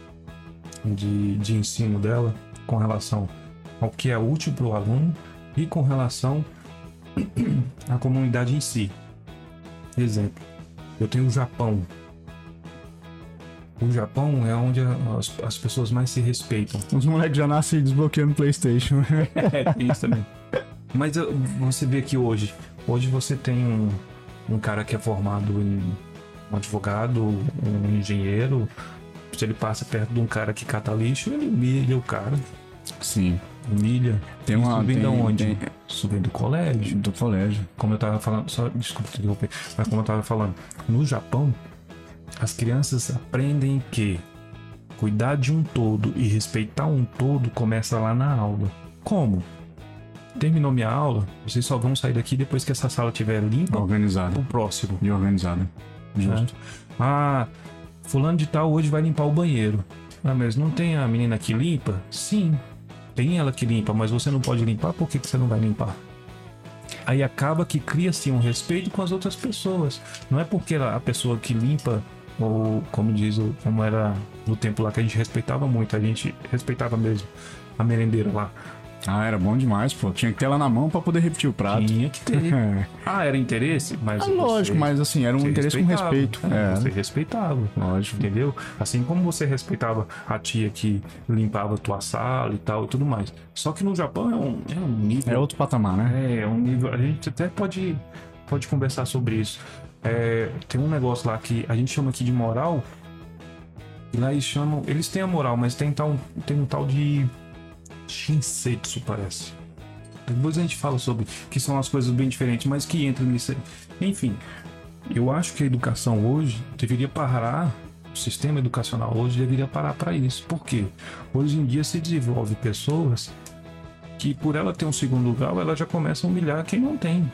ensino dela com relação ao que é útil para o aluno e com relação à comunidade em si. Exemplo, eu tenho o Japão. O Japão é onde as pessoas mais se respeitam. Os moleques já nascem desbloqueando o PlayStation. Isso também. Mas você vê que hoje você tem um cara que é formado em um advogado, um engenheiro. Se ele passa perto de um cara que cata lixo, ele humilha o cara. Sim. Humilha. Isso vem de onde? Isso vem do colégio. Do colégio. Como eu tava falando, desculpa te interromper, mas como eu tava falando, no Japão, as crianças aprendem que cuidar de um todo e respeitar um todo começa lá na aula. Como? Terminou minha aula, vocês só vão sair daqui depois que essa sala estiver limpa, organizada, pro próximo. E organizada. Justo. Fulano de tal hoje vai limpar o banheiro. Mas não tem a menina que limpa? Sim, tem ela que limpa, mas você não pode limpar, por que você não vai limpar? Aí acaba que cria-se um respeito com as outras pessoas. Não é porque a pessoa que limpa, ou como era no tempo lá que a gente respeitava muito, a gente respeitava mesmo a merendeira lá. Era bom demais, pô. Tinha que ter ela na mão pra poder repetir o prato. Tinha que ter. Era interesse, mas... lógico, mas assim, era um interesse com respeito. Você respeitava. Lógico. Entendeu? Assim como você respeitava a tia que limpava a tua sala e tal e tudo mais. Só que no Japão é um nível... É outro patamar, né? É um nível... A gente até pode conversar sobre isso. Tem um negócio lá que a gente chama aqui de moral. E lá eles têm a moral, mas tem um tal de Shinsetsu, parece. Depois a gente fala sobre que são as coisas bem diferentes, mas que entram nisso aí. Enfim, eu acho que a educação hoje deveria parar, o sistema educacional hoje deveria parar para isso. Por quê? Hoje em dia se desenvolve pessoas que, por ela ter um segundo grau, ela já começa a humilhar quem não tem.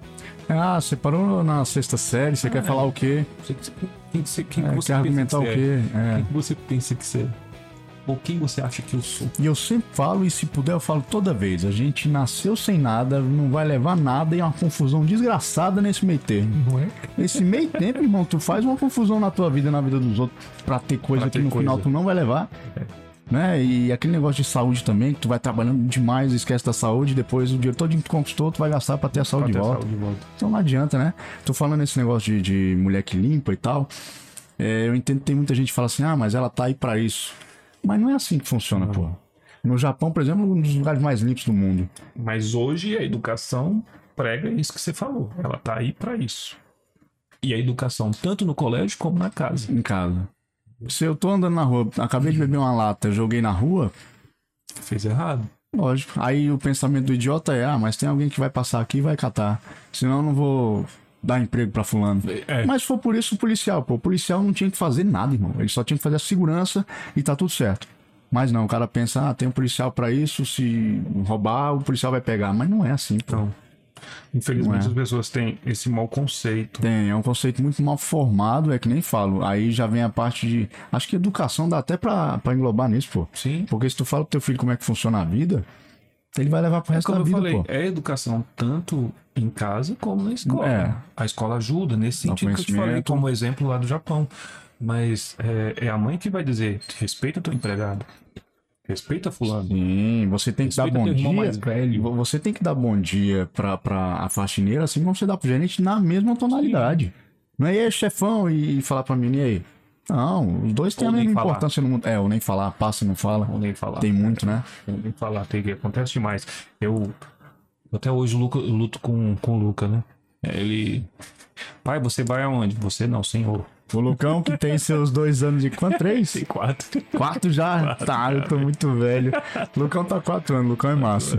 Ah, você parou na sexta série, você quer falar o quê? Quem você quer argumentar o quê? Quem que você pensa que você é? Ou quem você acha que eu sou? E eu sempre falo, e se puder eu falo toda vez, a gente nasceu sem nada, não vai levar nada e é uma confusão desgraçada nesse meio termo. Não é? Esse meio tempo, irmão, tu faz uma confusão na tua vida e na vida dos outros pra ter coisa que no final tu não vai levar. Né? E aquele negócio de saúde também, que tu vai trabalhando demais, esquece da saúde, depois o dinheiro todo que tu conquistou, tu vai gastar pra ter a saúde de volta. Então não adianta, né? Tô falando esse negócio de mulher que limpa e tal. Eu entendo que tem muita gente que fala assim, mas ela tá aí pra isso. Mas não é assim que funciona, pô. No Japão, por exemplo, um dos lugares mais limpos do mundo. Mas hoje a educação prega isso que você falou. Ela tá aí pra isso. E a educação, tanto no colégio como na casa. Em casa. Se eu tô andando na rua, acabei de beber uma lata, joguei na rua... Fez errado. Lógico. Aí o pensamento do idiota é, mas tem alguém que vai passar aqui e vai catar. Senão eu não vou dar emprego pra fulano. Mas se for por isso, o policial não tinha que fazer nada, irmão. Ele só tinha que fazer a segurança e tá tudo certo. Mas não, o cara pensa, tem um policial pra isso, se roubar, o policial vai pegar. Mas não é assim, pô. Não. Infelizmente as pessoas têm esse mau conceito. É um conceito muito mal formado, é que nem falo. Aí já vem a parte de... Acho que educação dá até pra englobar nisso, pô. Sim. Porque se tu fala pro teu filho como é que funciona a vida, ele vai levar pro resto da vida, pô. É educação tanto em casa como na escola. A escola ajuda nesse sentido que eu te falei, como exemplo lá do Japão. Mas é a mãe que vai dizer, respeita teu empregado. Respeita fulano. Sim, você tem que dar bom dia. Mais velho. Você tem que dar bom dia pra a faxineira, assim como você dá pro gerente, na mesma tonalidade. Sim. Não é chefão e falar pra mim, e aí? Não, os dois têm a mesma importância no mundo. Ou nem falar, passa e não fala. Ou nem falar. Tem muito, né? Ou nem falar, acontece demais. Eu até hoje luto com o Luca, né? Ele... Pai, você vai aonde? Você não, senhor. O Lucão, que tem seus 2 anos de quanto? 3? Tem 4. 4 já? 4, tá, eu tô muito velho. O Lucão tá 4 anos, o Lucão é massa.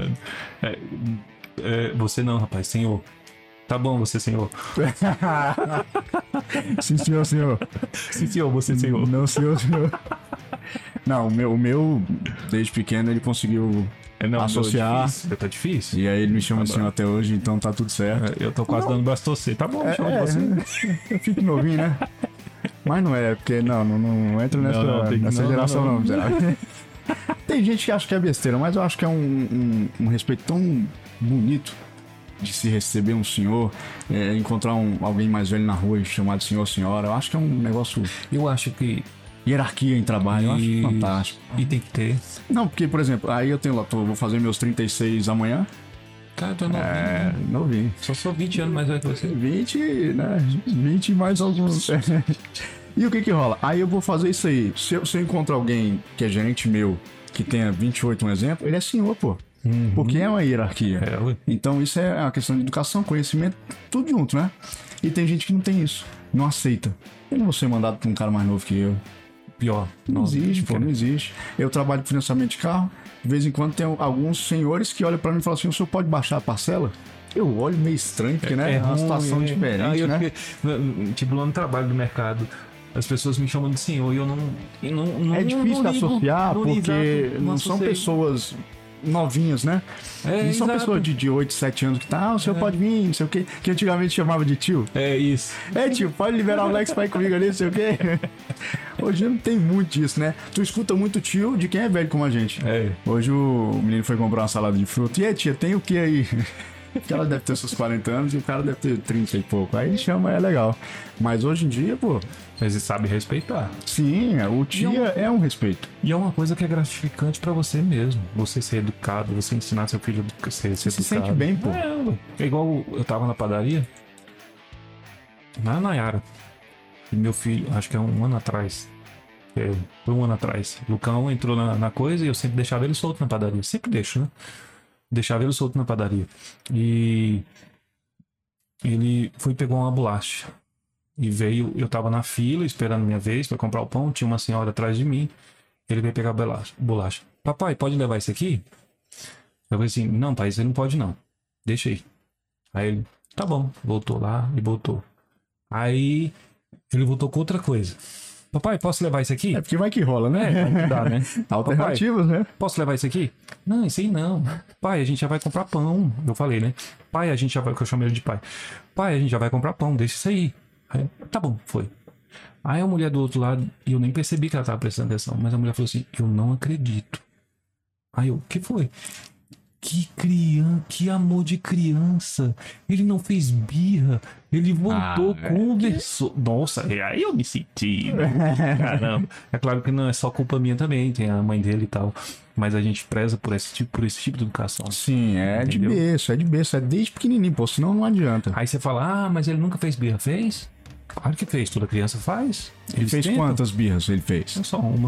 Você não, rapaz, senhor. Tá bom, você, senhor. Sim, senhor, senhor. Sim, senhor, você, senhor. Não, senhor, senhor. Não, o meu, desde pequeno, ele conseguiu associar. Tá difícil? E aí ele me chama de senhor até hoje, então tá tudo certo. Eu tô quase dando braço torcer. Tá bom, me chama de você. Eu fico novinho, né? Mas não é, porque não entra nessa geração não. Tem gente que acha que é besteira, mas eu acho que é um respeito tão bonito de se receber um senhor, encontrar alguém mais velho na rua e chamar de senhor ou senhora. Eu acho que é um negócio... Eu acho que... Hierarquia em trabalho, eu acho fantástico. E tem que ter. Não, porque, por exemplo, aí eu tenho lá, vou fazer meus 36 amanhã. Cara, eu tô novinho. Novinho. Só sou 20 anos mais velho que você. 20, né? 20 mais alguns. E o que rola? Aí eu vou fazer isso aí. Se eu encontrar alguém que é gerente meu, que tenha 28, um exemplo, ele é senhor, pô. Porque é uma hierarquia. Então isso é uma questão de educação, conhecimento, tudo junto, né? E tem gente que não tem isso, não aceita. Eu não vou ser mandado pra um cara mais novo que eu. Pior. Não existe, pô, não existe. Eu trabalho com financiamento de carro, de vez em quando tem alguns senhores que olham pra mim e falam assim, o senhor pode baixar a parcela? Eu olho meio estranho, porque né, é uma situação diferente, né? Tipo, lá no trabalho do mercado, as pessoas me chamam de senhor e eu não é difícil de associar, porque não são pessoas novinhas, né? Não são pessoas de 8, 7 anos que o senhor pode vir, não sei o quê, que antigamente chamava de tio. É isso. Tio, pode liberar o Lex pra ir comigo ali, não sei o quê. Hoje não tem muito disso, né? Tu escuta muito tio de quem é velho como a gente. Hoje o menino foi comprar uma salada de fruta. E aí, tia, tem o que aí? O cara deve ter seus 40 anos e o cara deve ter 30 e pouco. Aí chama, é legal. Mas hoje em dia, pô... Mas ele sabe respeitar. Sim, o tia é um respeito. E é uma coisa que é gratificante pra você mesmo. Você ser educado, você ensinar seu filho a ser educado. Você se sente bem, pô. É igual eu tava na padaria, na Nayara. E meu filho, acho que é um ano atrás. Foi um ano atrás. O Lucão entrou na coisa e eu sempre deixava ele solto na padaria. Sempre deixo, né? Deixava ele solto na padaria. E ele foi e pegou uma bolacha. E veio, eu tava na fila esperando minha vez pra comprar o pão. Tinha uma senhora atrás de mim. Ele veio pegar a bolacha. Papai, pode levar isso aqui? Eu falei assim, não, pai, você não pode não. Deixa aí. Aí ele, tá bom, voltou lá e voltou. Aí ele voltou com outra coisa. Papai, posso levar isso aqui? É porque vai que rola, né? Vai que dá, né? Alternativas, Papai, né? posso levar isso aqui? Não, isso aí não. Pai, a gente já vai comprar pão. Eu falei, né? Pai, a gente já vai... Que eu chamei ele de pai. Pai, a gente já vai comprar pão, deixa isso aí. Aí, tá bom, foi. Aí a mulher do outro lado, e eu nem percebi que ela tava prestando atenção, mas a mulher falou assim, eu não acredito. Aí eu, o que foi? Que criança, que amor de criança. Ele não fez birra. Ele voltou, conversou. Nossa, aí eu me senti. Caramba. É claro que não é só culpa minha também, tem a mãe dele e tal. Mas a gente preza por esse tipo de educação. Sim, Entendeu? de berço, é desde pequenininho, pô, senão não adianta. Aí você fala, mas ele nunca fez birra. Fez? Claro que fez, toda criança faz. Ele fez quantas birras ele fez? É só uma.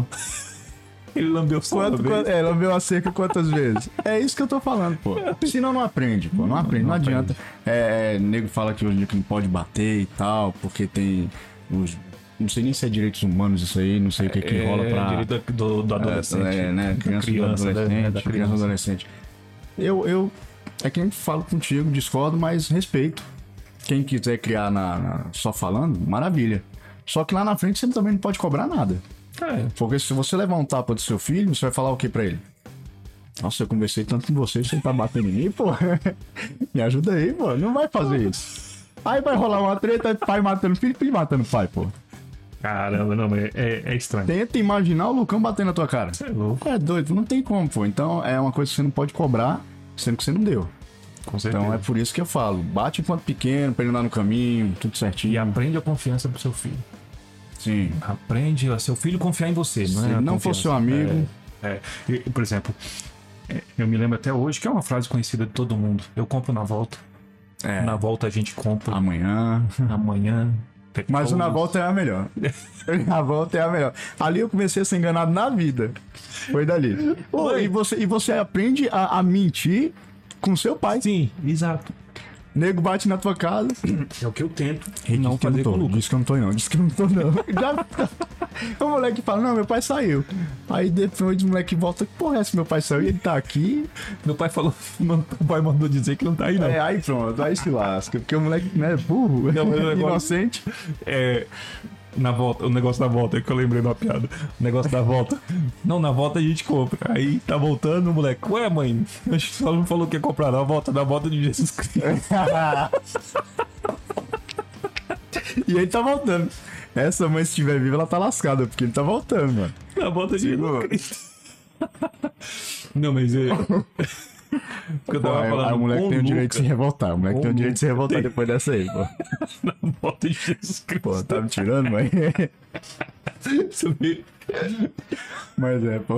Ele lambeu só uma vez. Lambeu a cerca quantas vezes? É isso que eu tô falando, pô. Senão não aprende, pô. Não aprende, não adianta. Nego fala que hoje em dia que não pode bater e tal, porque tem os... Não sei nem se é direitos humanos isso aí, não sei o que rola pra... direito do adolescente. Né? Criança do adolescente. Criança do adolescente. Eu... É que a gente fala contigo, discordo, mas respeito. Quem quiser criar só falando, maravilha. Só que lá na frente você também não pode cobrar nada. Porque se você levar um tapa do seu filho, você vai falar o que pra ele? Nossa, eu conversei tanto com você tá batendo em mim, pô. Me ajuda aí, pô. Não vai fazer isso. Aí vai rolar uma treta, pai matando filho matando pai, pô. Caramba, não, é estranho. Tenta imaginar o Lucão batendo na tua cara. Você é louco. É doido, não tem como, pô. Então é uma coisa que você não pode cobrar, sendo que você não deu. Com certeza. Então é por isso que eu falo. Bate enquanto pequeno, pra ele andar no caminho, tudo certinho. E aprende a confiança pro seu filho. Sim. Aprende a seu filho confiar em você, não é? Se não for seu amigo... Por exemplo, eu me lembro até hoje que é uma frase conhecida de todo mundo. Eu compro na volta. Na volta a gente compra. Amanhã. Mas o na volta é a melhor. Na volta é a melhor. Ali eu comecei a ser enganado na vida. Foi dali. E você aprende a mentir com seu pai. Sim, exato. Nego bate na tua casa. É o que eu tento não fazer com o Lucas. Diz que eu não tô não. O moleque fala, não, meu pai saiu. Aí depois o moleque volta, que porra é essa? Meu pai saiu e ele tá aqui. Meu pai falou, meu pai mandou dizer que não tá aí não. Aí pronto, aí se lasca. Porque o moleque, né, burro, inocente. Na volta, o negócio da volta, é que eu lembrei de uma piada. O negócio da volta. Não, na volta a gente compra. Aí tá voltando o moleque. Ué, mãe, a gente só não falou que ia comprar na volta de Jesus Cristo. E ele tá voltando. Essa mãe, se estiver viva, ela tá lascada, porque ele tá voltando, mano. Na volta de Jesus Cristo. Não, mas eu tava falando, o moleque tem o direito de se revoltar. O moleque tem o direito de se revoltar depois dessa aí, pô. Na volta de Jesus Cristo. Pô, tá me tirando, mãe? Mas pô.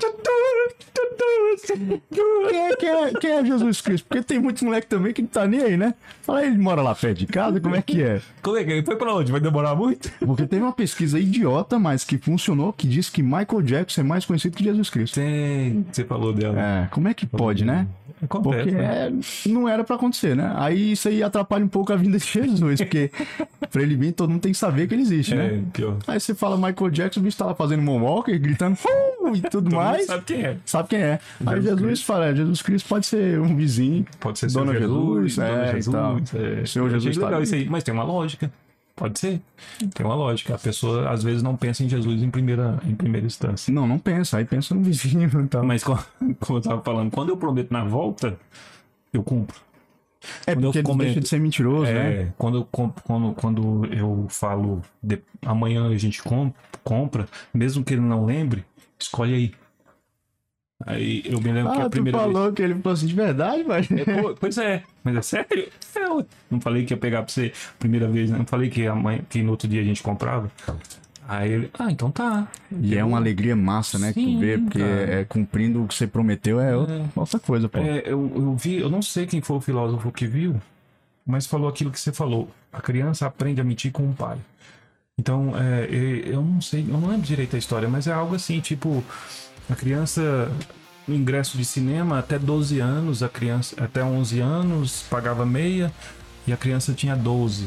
Quem é Jesus Cristo? Porque tem muitos moleques também que não tá nem aí, né? Fala, ele mora lá perto de casa, como é que é? Como é que ele foi pra onde? Vai demorar muito? Porque teve uma pesquisa idiota, mas que funcionou, que diz que Michael Jackson é mais conhecido que Jesus Cristo. Tem, você falou dela. Como é que pode, né? Acontece, porque né? Não era pra acontecer, né? Aí isso aí atrapalha um pouco a vinda de Jesus, porque pra ele vir todo mundo tem que saber que ele existe, né? Pior. Aí você fala Michael Jackson, o bicho tá lá fazendo moonwalker, gritando e tudo mais. Sabe quem é. Sabe quem é. Aí Jesus fala, Jesus Cristo pode ser um vizinho. Pode ser Dona Jesus, Dona Jesus. Senhor Jesus tá legal isso aí, mas tem uma lógica. Pode ser. Tem uma lógica. A pessoa, às vezes, não pensa em Jesus em primeira instância. Não pensa. Aí pensa no vizinho. Então. Mas, como eu tava falando, quando eu prometo na volta, eu cumpro. Porque ele deixa de ser mentiroso, né? Quando eu falo amanhã a gente compra, mesmo que ele não lembre, escolhe aí. Aí eu me lembro que a primeira vez... tu falou que ele falou assim, de verdade, mas... Pois é, mas é sério? Eu não falei que ia pegar pra você a primeira vez, né? Não falei que no outro dia a gente comprava. Aí ele, então tá. E é uma alegria massa, né? Sim, que tu vê, porque cumprindo o que você prometeu outra coisa, pô. Eu vi, eu não sei quem foi o filósofo que viu, mas falou aquilo que você falou. A criança aprende a mentir com o pai. Então, eu não sei, eu não lembro direito a história, mas é algo assim, tipo... A criança, o ingresso de cinema até 12 anos, a criança até 11 anos pagava meia e a criança tinha 12.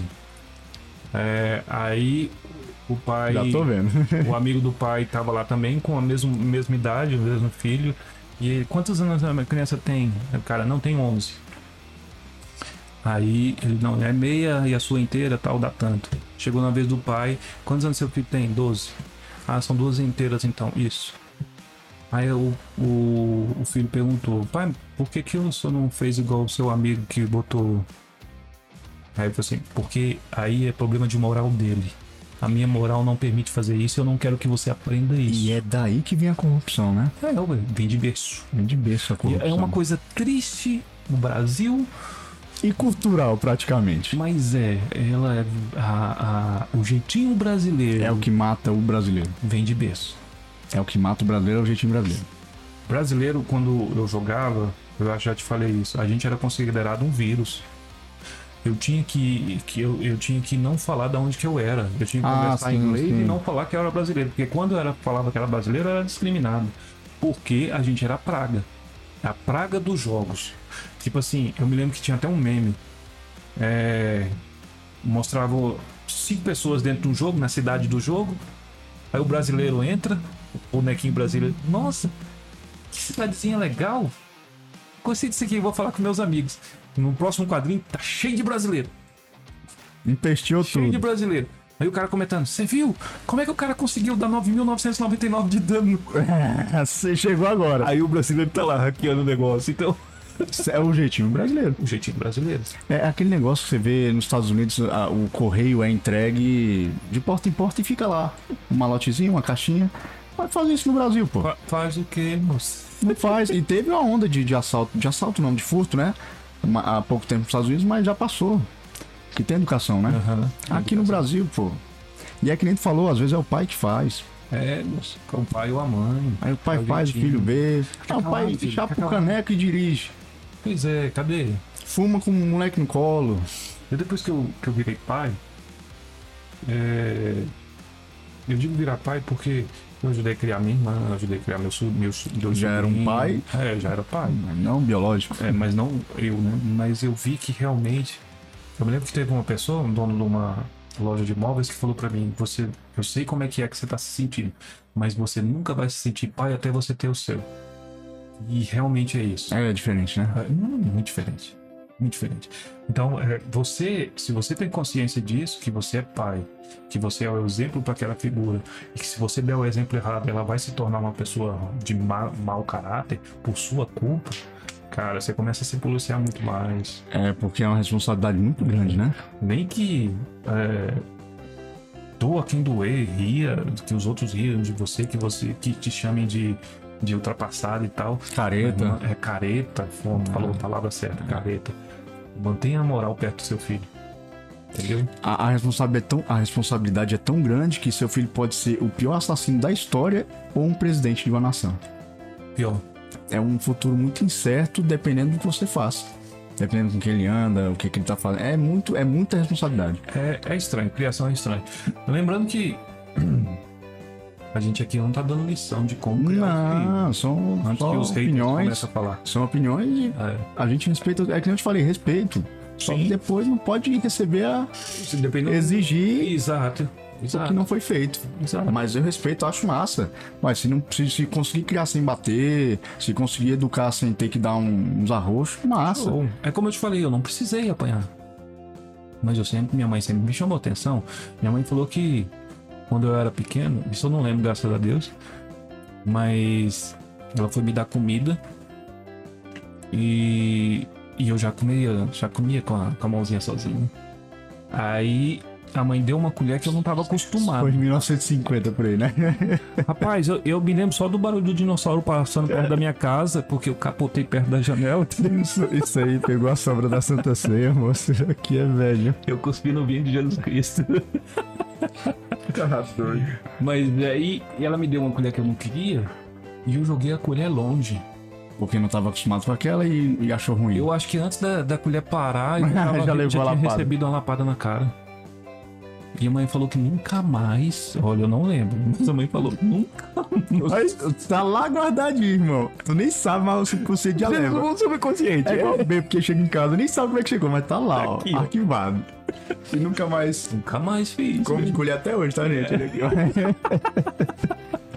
Aí o pai... Já tô vendo. O amigo do pai estava lá também com a mesma idade, o mesmo filho. E ele, quantos anos a criança tem? O cara, não, tem 11. Aí ele, não, é meia e a sua inteira tal, dá tanto. Chegou na vez do pai, quantos anos seu filho tem? 12. Ah, são 12 inteiras então, isso. Aí o filho perguntou, pai, por que o senhor não fez igual o seu amigo que botou... Aí ele falou assim, porque aí é problema de moral dele. A minha moral não permite fazer isso, eu não quero que você aprenda isso. E é daí que vem a corrupção, né? Vem de berço. Vem de berço a corrupção. É uma coisa triste no Brasil... E cultural, praticamente. Mas ela é o jeitinho brasileiro. É o que mata o brasileiro. Vem de berço. É o que mata o brasileiro, é o jeitinho brasileiro. Brasileiro, quando eu jogava, eu acho que já te falei isso, a gente era considerado um vírus. Eu tinha que não falar de onde que eu era. Eu tinha que conversar em inglês e não falar que eu era brasileiro. Porque quando eu falava que era brasileiro, eu era discriminado. Porque a gente era a praga. A praga dos jogos. Tipo assim, eu me lembro que tinha até um meme. Mostrava 5 pessoas dentro de um jogo, na cidade do jogo. Aí o brasileiro entra, o bonequinho brasileiro. Nossa, que cidadezinha legal. Gostei disso aqui, vou falar com meus amigos. No próximo quadrinho tá cheio de brasileiro. Empesteou tudo. Cheio de brasileiro. Aí o cara comentando, você viu? Como é que o cara conseguiu dar 9.999 de dano? Você chegou agora. Aí o brasileiro tá lá hackeando o negócio, então... É o jeitinho brasileiro. O jeitinho brasileiro. É aquele negócio que você vê nos Estados Unidos, o correio é entregue de porta em porta e fica lá. Um malotezinho, uma caixinha. Vai fazer isso no Brasil, pô. Faz o quê, moço? Não faz. E teve uma onda de assalto. De assalto não, de furto, né? Há pouco tempo nos Estados Unidos, mas já passou. Que tem educação, né? Aqui no Brasil, pô. E é que nem tu falou, às vezes é o pai que faz. Moço, é o pai ou a mãe. Aí o pai faz, o filho vê. O pai chapa o caneco e dirige. Pois é, cadê? Fuma com um moleque no colo. E depois que eu virei pai, eu digo virar pai porque eu ajudei a criar minha irmã, ajudei a criar meus dois já era um pai? Já era pai. Não biológico. Mas não eu, né? Mas eu vi que realmente... Eu me lembro que teve uma pessoa, um dono de uma loja de imóveis, que falou pra mim, eu sei como é que você tá se sentindo, mas você nunca vai se sentir pai até você ter o seu. E realmente é isso. É diferente, né? Muito diferente. Muito diferente. Então, se você tem consciência disso, que você é pai, que você é o exemplo para aquela figura, e que se você der o exemplo errado, ela vai se tornar uma pessoa de mau caráter por sua culpa, cara, você começa a se policiar muito mais. Porque é uma responsabilidade muito grande, né? Nem que doa quem doer, ria, que os outros riam de você, que te chamem de ultrapassado e tal. Careta. Careta, falou a palavra certa, careta. Mantenha a moral perto do seu filho. Entendeu? A responsabilidade é tão grande que seu filho pode ser o pior assassino da história ou um presidente de uma nação. Pior. É um futuro muito incerto dependendo do que você faça. Dependendo com quem ele anda, o que ele tá fazendo. É muita responsabilidade. É estranho, criação é estranho. Lembrando que a gente aqui não tá dando lição de como criar. Não, são antes que os opiniões. Começam a falar. São opiniões e a gente respeita. É que nem eu te falei, respeito. Só que depois não pode receber exigir. Exato. O que não foi feito. Exato. Mas eu respeito, acho massa. Mas se conseguir criar sem bater, se conseguir educar sem ter que dar uns arroxos, massa. É como eu te falei, eu não precisei apanhar. Mas minha mãe sempre me chamou atenção. Minha mãe falou que quando eu era pequeno, isso eu não lembro, graças a Deus, mas ela foi me dar comida e eu já comia com a mãozinha sozinho. Aí a mãe deu uma colher que eu não tava acostumado. Foi em 1950 por aí, né? Rapaz, eu me lembro só do barulho do dinossauro passando perto da minha casa, porque eu capotei perto da janela. Isso aí pegou a sombra da Santa Ceia, moço. Aqui é velho. Eu cuspi no vinho de Jesus Cristo. Mas aí ela me deu uma colher que eu não queria e eu joguei a colher longe. Porque não estava acostumado com aquela e achou ruim. Eu acho que antes da colher parar, eu já tinha recebido uma lapada na cara. E a mãe falou que nunca mais... Olha, eu não lembro, mas a mãe falou nunca mais. Mas tá lá guardadinho, irmão. Tu nem sabe, mas o subconsciente já lembra. Não subconsciente. É igual bem, porque chega em casa, nem sabe como é que chegou, mas tá lá, aqui, ó, arquivado. E nunca mais... Nunca mais fiz. Como escolher até hoje, tá, gente?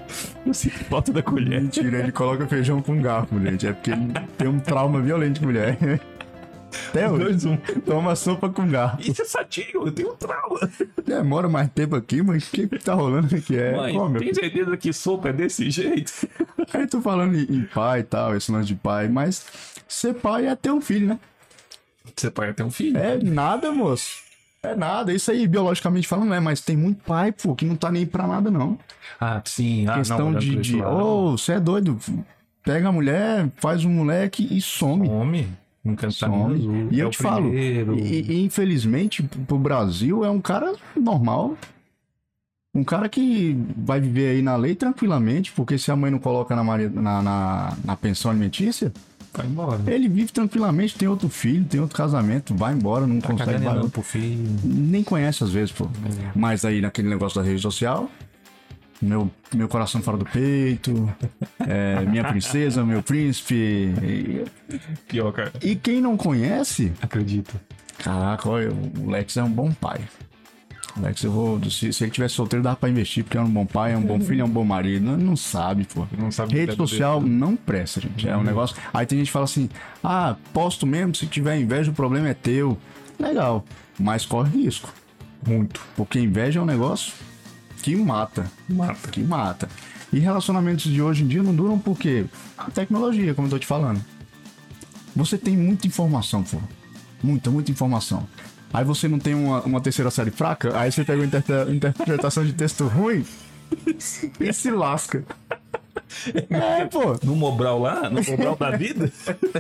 Eu sinto falta da colher. Mentira, ele coloca feijão com garfo, gente. É porque ele tem um trauma violento com mulher. Até hoje. 2-1. Toma sopa com garfo. Isso é sadio, eu tenho um trauma. Demora mais tempo aqui, mas o que tá rolando aqui? Mãe, tem certeza que sopa é desse jeito? Aí tu falando em pai e tal, esse lance de pai, mas ser pai é ter um filho, né? Você pode ter um filho. É nada, moço. É nada. Isso aí, biologicamente falando, não é, mas tem muito pai, pô, que não tá nem aí pra nada, não. Ah, sim. Questão você é doido. Pega a mulher, faz um moleque e some. Some. Um cansaço. E eu te falo, e infelizmente, pro Brasil, é um cara normal. Um cara que vai viver aí na lei tranquilamente, porque se a mãe não coloca na pensão alimentícia, vai embora. Ele vive tranquilamente, tem outro filho, tem outro casamento, vai embora, não consegue parar. Pro filho. Nem conhece às vezes, pô. Mas aí naquele negócio da rede social, meu coração fora do peito, minha princesa, meu príncipe. Pior, cara. E quem não conhece, Acredito. caraca, olha, o Lex é um bom pai. O Lex, se ele tivesse solteiro, dava pra investir, porque é um bom pai, é um bom filho, é um bom marido. Não sabe, pô. Não sabe. Rede social não presta, gente. É um negócio. Aí tem gente que fala assim: posto mesmo, se tiver inveja, o problema é teu. Legal, mas corre risco. Muito. Porque inveja é um negócio que mata. Que mata. E relacionamentos de hoje em dia não duram porque a tecnologia, como eu tô te falando. Você tem muita informação, pô. Muita informação. Aí você não tem uma terceira série fraca, aí você pega uma interpretação de texto ruim e se lasca. Pô. No Mobral lá? No Mobral da vida?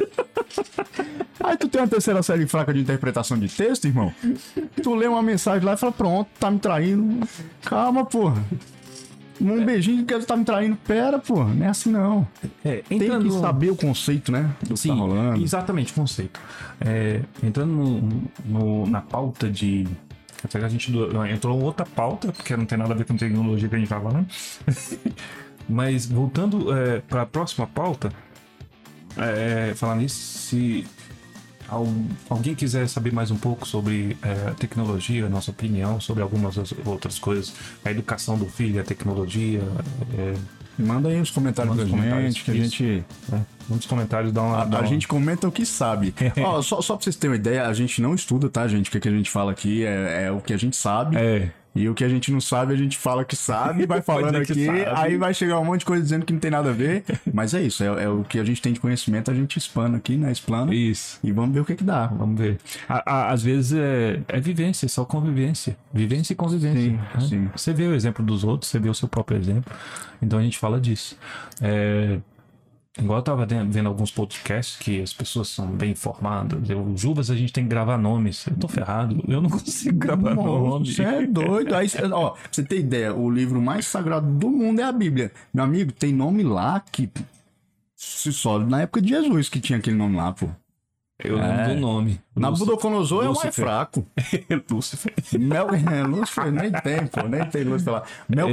Aí tu tem uma terceira série fraca de interpretação de texto, irmão. Tu lê uma mensagem lá e fala, pronto, tá me traindo. Calma, porra. Um beijinho que ele tá me traindo. Pera, pô, não é assim não. Tem que saber o conceito, né? Do que tá rolando. Exatamente, conceito. Entrando na pauta de... A gente entrou outra pauta, porque não tem nada a ver com tecnologia que a gente tá falando. Mas voltando para a próxima pauta, falando nisso, se alguém quiser saber mais um pouco sobre a tecnologia, nossa opinião sobre algumas outras coisas, a educação do filho, a tecnologia, manda aí os comentários pra gente, que a gente... nos comentários dá uma... A gente comenta o que sabe. Só pra vocês terem uma ideia, a gente não estuda, tá, gente? O que a gente fala aqui é o que a gente sabe. E o que a gente não sabe, a gente fala que sabe, vai falando aqui, aí vai chegar um monte de coisa dizendo que não tem nada a ver. Mas é isso, é o que a gente tem de conhecimento, a gente expana aqui, né? Explana. Isso. E vamos ver o que dá. Vamos ver. Às vezes é vivência, é só convivência. Vivência e convivência. Sim, né? sim. Você vê o exemplo dos outros, você vê o seu próprio exemplo. Então a gente fala disso. Igual eu tava vendo alguns podcasts que as pessoas são bem informadas. Juvas, a gente tem que gravar nomes. Eu tô ferrado. Eu não consigo gravar nomes. Você é doido. Aí, pra você ter ideia, o livro mais sagrado do mundo é a Bíblia. Meu amigo, tem nome lá que só na época de Jesus que tinha aquele nome lá, pô. Eu lembro do nome. Nabucodonosor é o mais fraco. Lúcifer. Lúcifer nem tem, pô. Nem tem Lúcifer lá.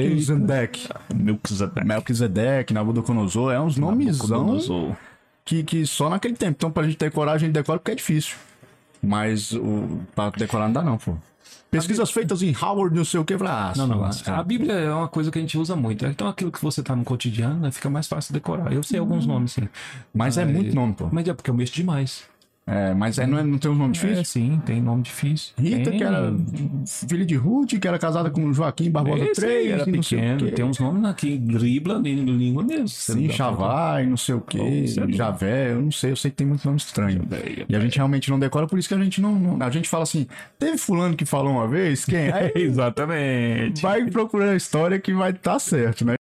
Melquisedeque, Nabucodonosor, é uns nomezão que só naquele tempo. Então, pra gente decorar, a gente decora porque é difícil. Mas pra decorar não dá não, pô. Pesquisas feitas em Howard, não sei o que. Não. A Bíblia é uma coisa que a gente usa muito. Então, aquilo que você tá no cotidiano, né, fica mais fácil decorar. Eu sei alguns nomes, sim. Mas é muito nome, pô. Mas é porque eu mexo demais. Mas não tem um nome difícil? Sim, tem nome difícil. Rita, que era filha de Ruth, que era casada com Joaquim Barbosa III. Era pequeno. Tem uns nomes aqui, dribla em língua mesmo. Sim, Chavai, não sei o que, Javé, eu não sei, eu sei que tem muito nome estranho. E a gente realmente não decora, por isso que a gente não. A gente fala assim, teve fulano que falou uma vez, quem? Aí, exatamente. Vai procurar a história que vai estar certo, né?